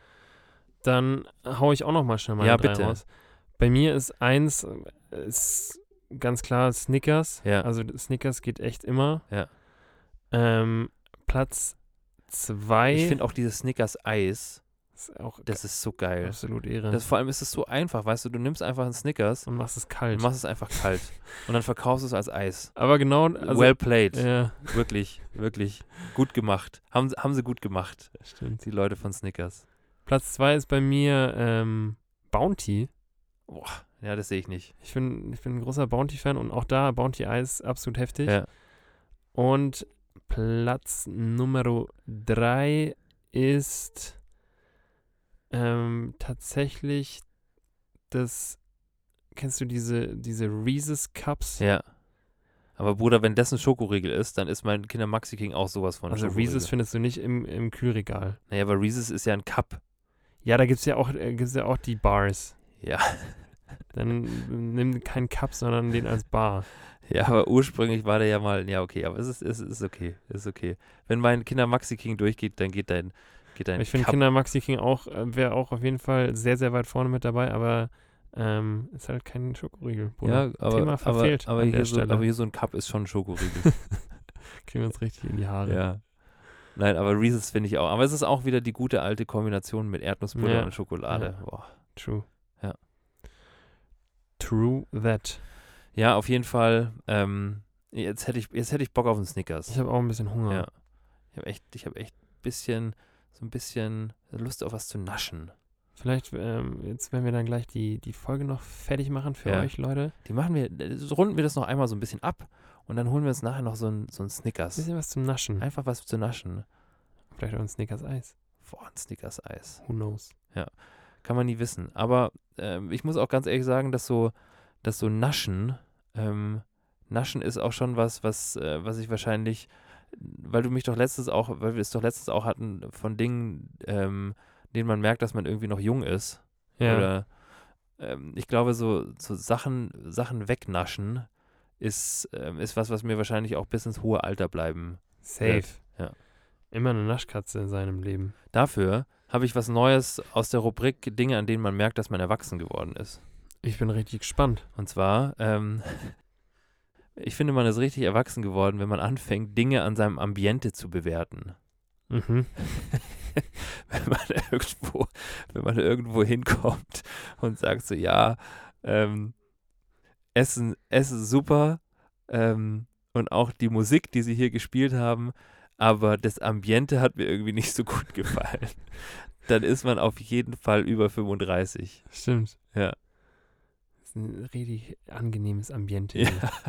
Dann hau ich auch noch mal schnell meine Ja, drei bitte. raus. Bei mir ist eins, äh, ist ganz klar Snickers. Ja. Also Snickers geht echt immer. Ja. Ähm, Platz zwei Ich finde auch dieses Snickers Eis, ist auch das ist so geil. absolut Ehre. Das, vor allem ist es so einfach, weißt du, du nimmst einfach einen Snickers und machst es und kalt. machst es einfach kalt und dann verkaufst du es als Eis. Aber genau, also, well played. ja, Wirklich, wirklich gut gemacht. Haben, sie- haben sie gut gemacht, stimmt. die Leute von Snickers. Platz zwei ist bei mir ähm, Bounty. Boah, ja, das sehe ich nicht. Ich bin, ich bin ein großer Bounty-Fan und auch da Bounty Eis absolut heftig. Ja. Und Platz Nummer drei ist ähm, tatsächlich das, kennst du diese, diese Reese's Cups? Ja. Aber Bruder, wenn das ein Schokoriegel ist, dann ist mein Kinder Maxi King auch sowas von Also Schokoriegel. Reese's findest du nicht im, im Kühlregal. Naja, aber Reese's ist ja ein Cup. Ja, da gibt es ja, auch, äh, gibt's ja auch die Bars. Ja. Dann nimm keinen Cup, sondern den als Bar. Ja, aber ursprünglich war der ja mal, ja okay, aber es ist, es ist okay, es ist okay. Wenn mein Kinder Maxi King durchgeht, dann geht dein, geht dein Ich finde Cup. Kinder Maxi King auch, äh, wäre auch auf jeden Fall sehr, sehr weit vorne mit dabei, aber ähm, ist halt kein Schokoriegel. Bruder. Ja, aber, Thema aber, verfehlt aber, an hier der so, Stelle. aber hier so ein Cup ist schon ein Schokoriegel. Kriegen wir uns richtig in die Haare. Ja. Nein, aber Reese's finde ich auch. Aber es ist auch wieder die gute alte Kombination mit Erdnussbutter Ja. und Schokolade. Ja. Boah. True. Ja. True that. Ja, auf jeden Fall. Ähm, jetzt hätte ich, jetzt hätte ich Bock auf einen Snickers. Ich habe auch ein bisschen Hunger. Ja. Ich habe echt, ich habe echt ein bisschen, so ein bisschen Lust auf was zu naschen. Vielleicht, ähm, jetzt werden wir dann gleich die, die Folge noch fertig machen für Ja. euch, Leute. Die machen wir, so runden wir das noch einmal so ein bisschen ab und dann holen wir uns nachher noch so ein, so ein Ein Snickers. bisschen was zum Naschen. Einfach was zu naschen. Vielleicht auch ein Snickers Eis. Boah, ein Snickers-Eis. Who knows? Kann man nie wissen. Aber ähm, ich muss auch ganz ehrlich sagen, dass so, dass so Naschen, ähm, Naschen ist auch schon was, was, äh, was ich wahrscheinlich, weil du mich doch letztens auch, weil wir es doch letztens auch hatten, von Dingen, ähm, denen man merkt, dass man irgendwie noch jung ist. Ja. Oder ähm, ich glaube, so, so Sachen, Sachen wegnaschen ist, ähm, ist was, was mir wahrscheinlich auch bis ins hohe Alter bleiben. Safe. Ja. Immer eine Naschkatze in seinem Leben. Dafür habe ich was Neues aus der Rubrik Dinge, an denen man merkt, dass man erwachsen geworden ist. Ich bin richtig gespannt. Und zwar, ähm, ich finde, man ist richtig erwachsen geworden, wenn man anfängt, Dinge an seinem Ambiente zu bewerten. Mhm. Wenn man irgendwo, wenn man irgendwo hinkommt und sagt so, ja, ähm, Essen, Essen super, ähm, und auch die Musik, die sie hier gespielt haben, aber das Ambiente hat mir irgendwie nicht so gut gefallen. Dann ist man auf jeden Fall über fünfunddreißig. Stimmt. Ja. Das ist ein richtig angenehmes Ambiente. Ja. hier.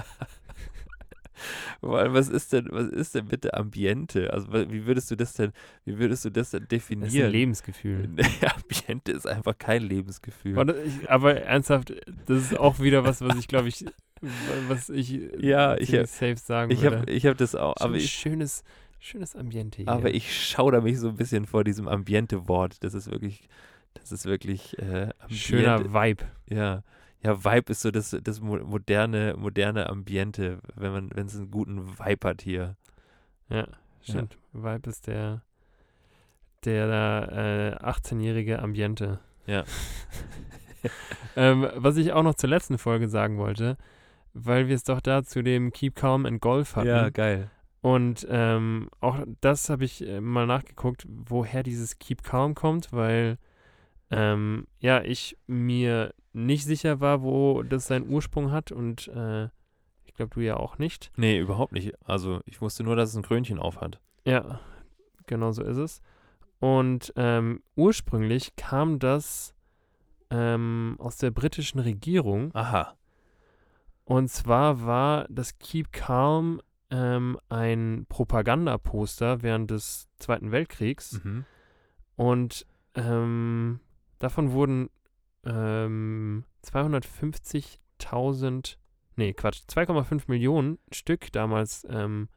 Vor allem, was ist denn, was ist denn bitte Ambiente? Also wa- wie würdest du das denn, wie würdest du das denn Das ist ein definieren? Lebensgefühl. Ambiente ist einfach kein Lebensgefühl. Aber, ich, aber ernsthaft, das ist auch wieder was, was ich glaube ich, was ich Ja, ich ziemlich hab- safe sagen Ich würde. habe ich hab das auch, Schon aber ein ich, schönes, schönes Ambiente hier. aber ich schaudere mich so ein bisschen vor diesem Ambiente-Wort. Das ist wirklich, das ist wirklich äh, Ambiente. Schöner Vibe. Ja. Ja, Vibe ist so das, das mo- moderne, moderne Ambiente, wenn man, wenn es einen guten Vibe hat hier. Ja, stimmt. Vibe ist der, der äh, achtzehnjährige Ambiente. Ja. ähm, was ich auch noch zur letzten Folge sagen wollte, weil wir es doch da zu dem Keep Calm and Golf hatten. Ja, geil. Und ähm, auch das habe ich äh, mal nachgeguckt, woher dieses Keep Calm kommt, weil ähm, ja, ich mir nicht sicher war, wo das seinen Ursprung hat und äh, ich glaube, du ja auch nicht. Nee, überhaupt nicht. Also ich wusste nur, dass es ein Krönchen auf hat. Ja, genau so ist es. Und ähm, ursprünglich kam das ähm, aus der britischen Regierung. Aha. Und zwar war das Keep Calm ähm, ein Propagandaposter während des Zweiten Weltkriegs. Mhm. Und ähm, davon wurden ähm, zweihundertfünfzigtausend, nee, Quatsch, zwei Komma fünf Millionen Stück damals ähm,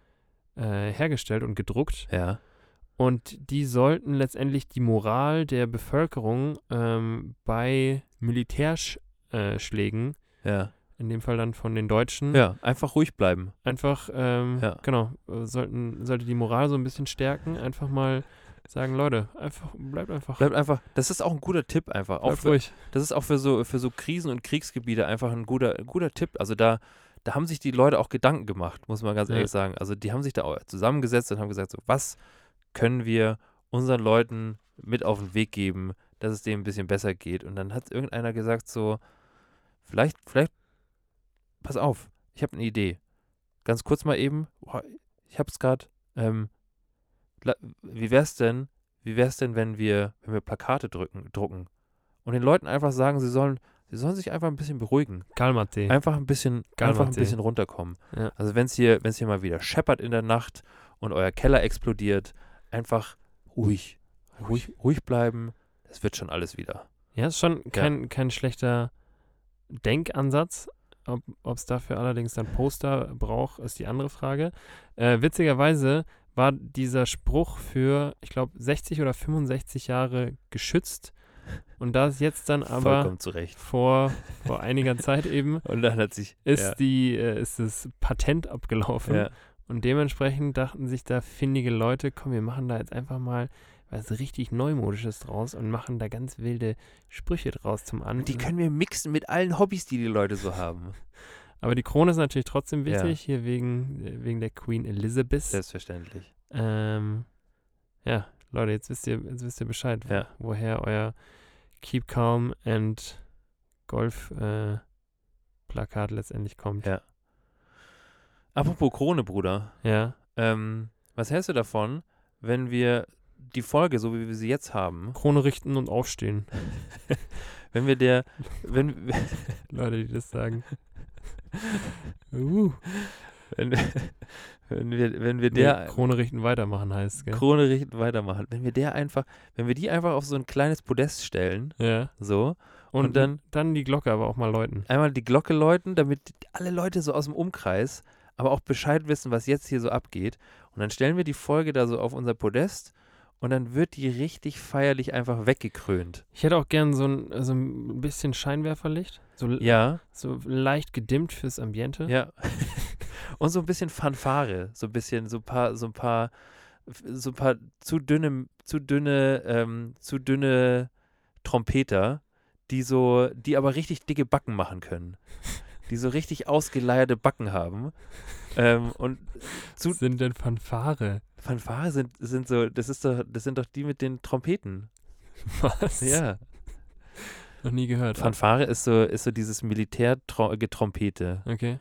äh, hergestellt und gedruckt. Ja. Und die sollten letztendlich die Moral der Bevölkerung ähm, bei Militärschlägen, Ja. in dem Fall dann von den Deutschen, Ja, einfach ruhig bleiben. einfach, ähm, Ja. genau, äh, sollten, sollte die Moral so ein bisschen stärken, einfach mal sagen, Leute, einfach, bleibt einfach, Bleibt einfach, das ist auch ein guter Tipp einfach. Auch bleibt für, ruhig. das ist auch für so, für so Krisen- und Kriegsgebiete einfach ein guter, ein guter Tipp. Also da, da haben sich die Leute auch Gedanken gemacht, muss man ganz Ja. ehrlich sagen. Also die haben sich da auch zusammengesetzt und haben gesagt, so, was können wir unseren Leuten mit auf den Weg geben, dass es denen ein bisschen besser geht. Und dann hat irgendeiner gesagt so, vielleicht, vielleicht, pass auf, ich habe eine Idee. Ganz kurz mal eben, boah, ich habe es gerade, ähm, la- wie wär's denn, wie wär's denn, wenn wir, wenn wir Plakate drücken, drucken und den Leuten einfach sagen, sie sollen, sie sollen sich einfach ein bisschen beruhigen, Kalmate. einfach ein bisschen, Geil, einfach ein Matti. bisschen runterkommen. Ja. Also wenn es hier, wenn es hier mal wieder scheppert in der Nacht und euer Keller explodiert, einfach ruhig, ruhig, ruhig bleiben. Das wird schon alles wieder. Ja, ist schon kein, kein schlechter Denkansatz. Ob es dafür allerdings dann Poster braucht, ist die andere Frage. Äh, witzigerweise war dieser Spruch für, ich glaube, sechzig oder fünfundsechzig Jahre geschützt. Und da ist jetzt dann aber Vollkommen zurecht. vor, vor einiger Zeit eben, Und dann hat sich ist, ja, die, äh, ist das Patent abgelaufen. ja, Und dementsprechend dachten sich da findige Leute, komm, wir machen da jetzt einfach mal was richtig Neumodisches draus und machen da ganz wilde Sprüche draus zum An. die können wir mixen mit allen Hobbys, die die Leute so haben. Aber die Krone ist natürlich trotzdem Ja. wichtig, hier wegen, äh, wegen der Queen Elizabeth. Selbstverständlich. Ähm, ja, Leute, jetzt wisst ihr, jetzt wisst ihr Bescheid, Ja. woher euer Keep Calm and Golf äh, Plakat letztendlich kommt. Ja. Apropos Krone, Bruder. Ja. Ähm, was hältst du davon, wenn wir die Folge, so wie wir sie jetzt haben, Krone richten und aufstehen. wenn wir der, wenn, Leute, die das sagen. uh. wenn, wenn wir, wenn wir Nee, der Krone richten weitermachen heißt, gell? Krone richten weitermachen, wenn wir der einfach, wenn wir die einfach auf so ein kleines Podest stellen, Ja. so, Und, Und dann- dann die Glocke aber auch mal läuten. einmal die Glocke läuten, damit alle Leute so aus dem Umkreis aber auch Bescheid wissen, was jetzt hier so abgeht. Und dann stellen wir die Folge da so auf unser Podest und dann wird die richtig feierlich einfach weggekrönt. Ich hätte auch gern so ein, so ein bisschen Scheinwerferlicht. So, Ja, so leicht gedimmt fürs Ambiente. ja. Und so ein bisschen Fanfare, so ein bisschen, so ein paar, so ein paar, so ein paar zu dünne, zu dünne, ähm, zu dünne Trompeter, die so, die aber richtig dicke Backen machen können. Die so richtig ausgeleierte Backen haben. Ähm, und zu Was sind denn Fanfare? Fanfare sind, sind so, das ist doch, das sind doch die mit den Trompeten. Was? Ja. Noch nie gehört. Fanfare ist so, ist so dieses Militärgetrompete. Okay.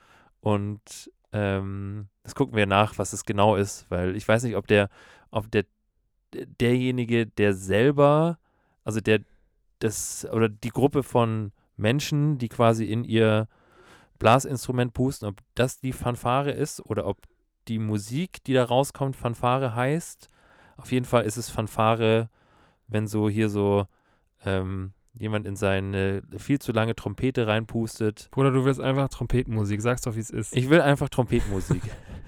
Und ähm, das gucken wir nach, was es genau ist, weil ich weiß nicht, ob der, ob der derjenige, der selber, also der das, oder die Gruppe von Menschen, die quasi in ihr Blasinstrument pusten, ob das die Fanfare ist oder ob die Musik, die da rauskommt, Fanfare heißt. Auf jeden Fall ist es Fanfare, wenn so hier so ähm, jemand in seine viel zu lange Trompete reinpustet. Bruder, du willst einfach Trompetenmusik. Sag's doch, wie es ist. Ich will einfach Trompetenmusik.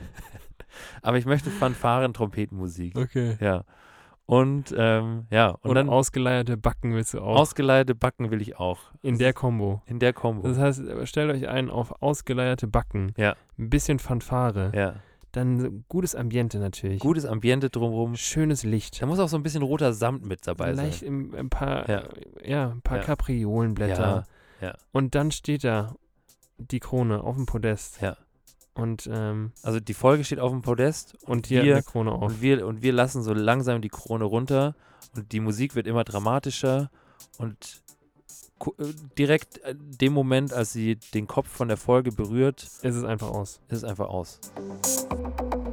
Aber ich möchte Fanfaren-Trompetenmusik. Okay. Ja. Und ähm, ja, und, Und, dann ausgeleierte Backen willst du auch. ausgeleierte Backen will ich auch. in der Kombo. In der Kombo. Das heißt, stellt euch ein auf ausgeleierte Backen. Ja. Ein bisschen Fanfare. Ja. Dann so gutes Ambiente natürlich. Gutes Ambiente drumherum. Schönes Licht. Da muss auch so ein bisschen roter Samt mit dabei Vielleicht sein. im, ein paar, Ja. ja. ein paar Ja. Kapriolenblätter. Ja, ja. Und dann steht da die Krone auf dem Podest. Ja. Und, ähm, Also die Folge steht auf dem Podest und hier wir- eine Krone auf. und wir, und wir lassen so langsam die Krone runter und die Musik wird immer dramatischer und ku- äh, direkt äh, dem Moment, als sie den Kopf von der Folge berührt, Es ist einfach aus. ist es einfach aus.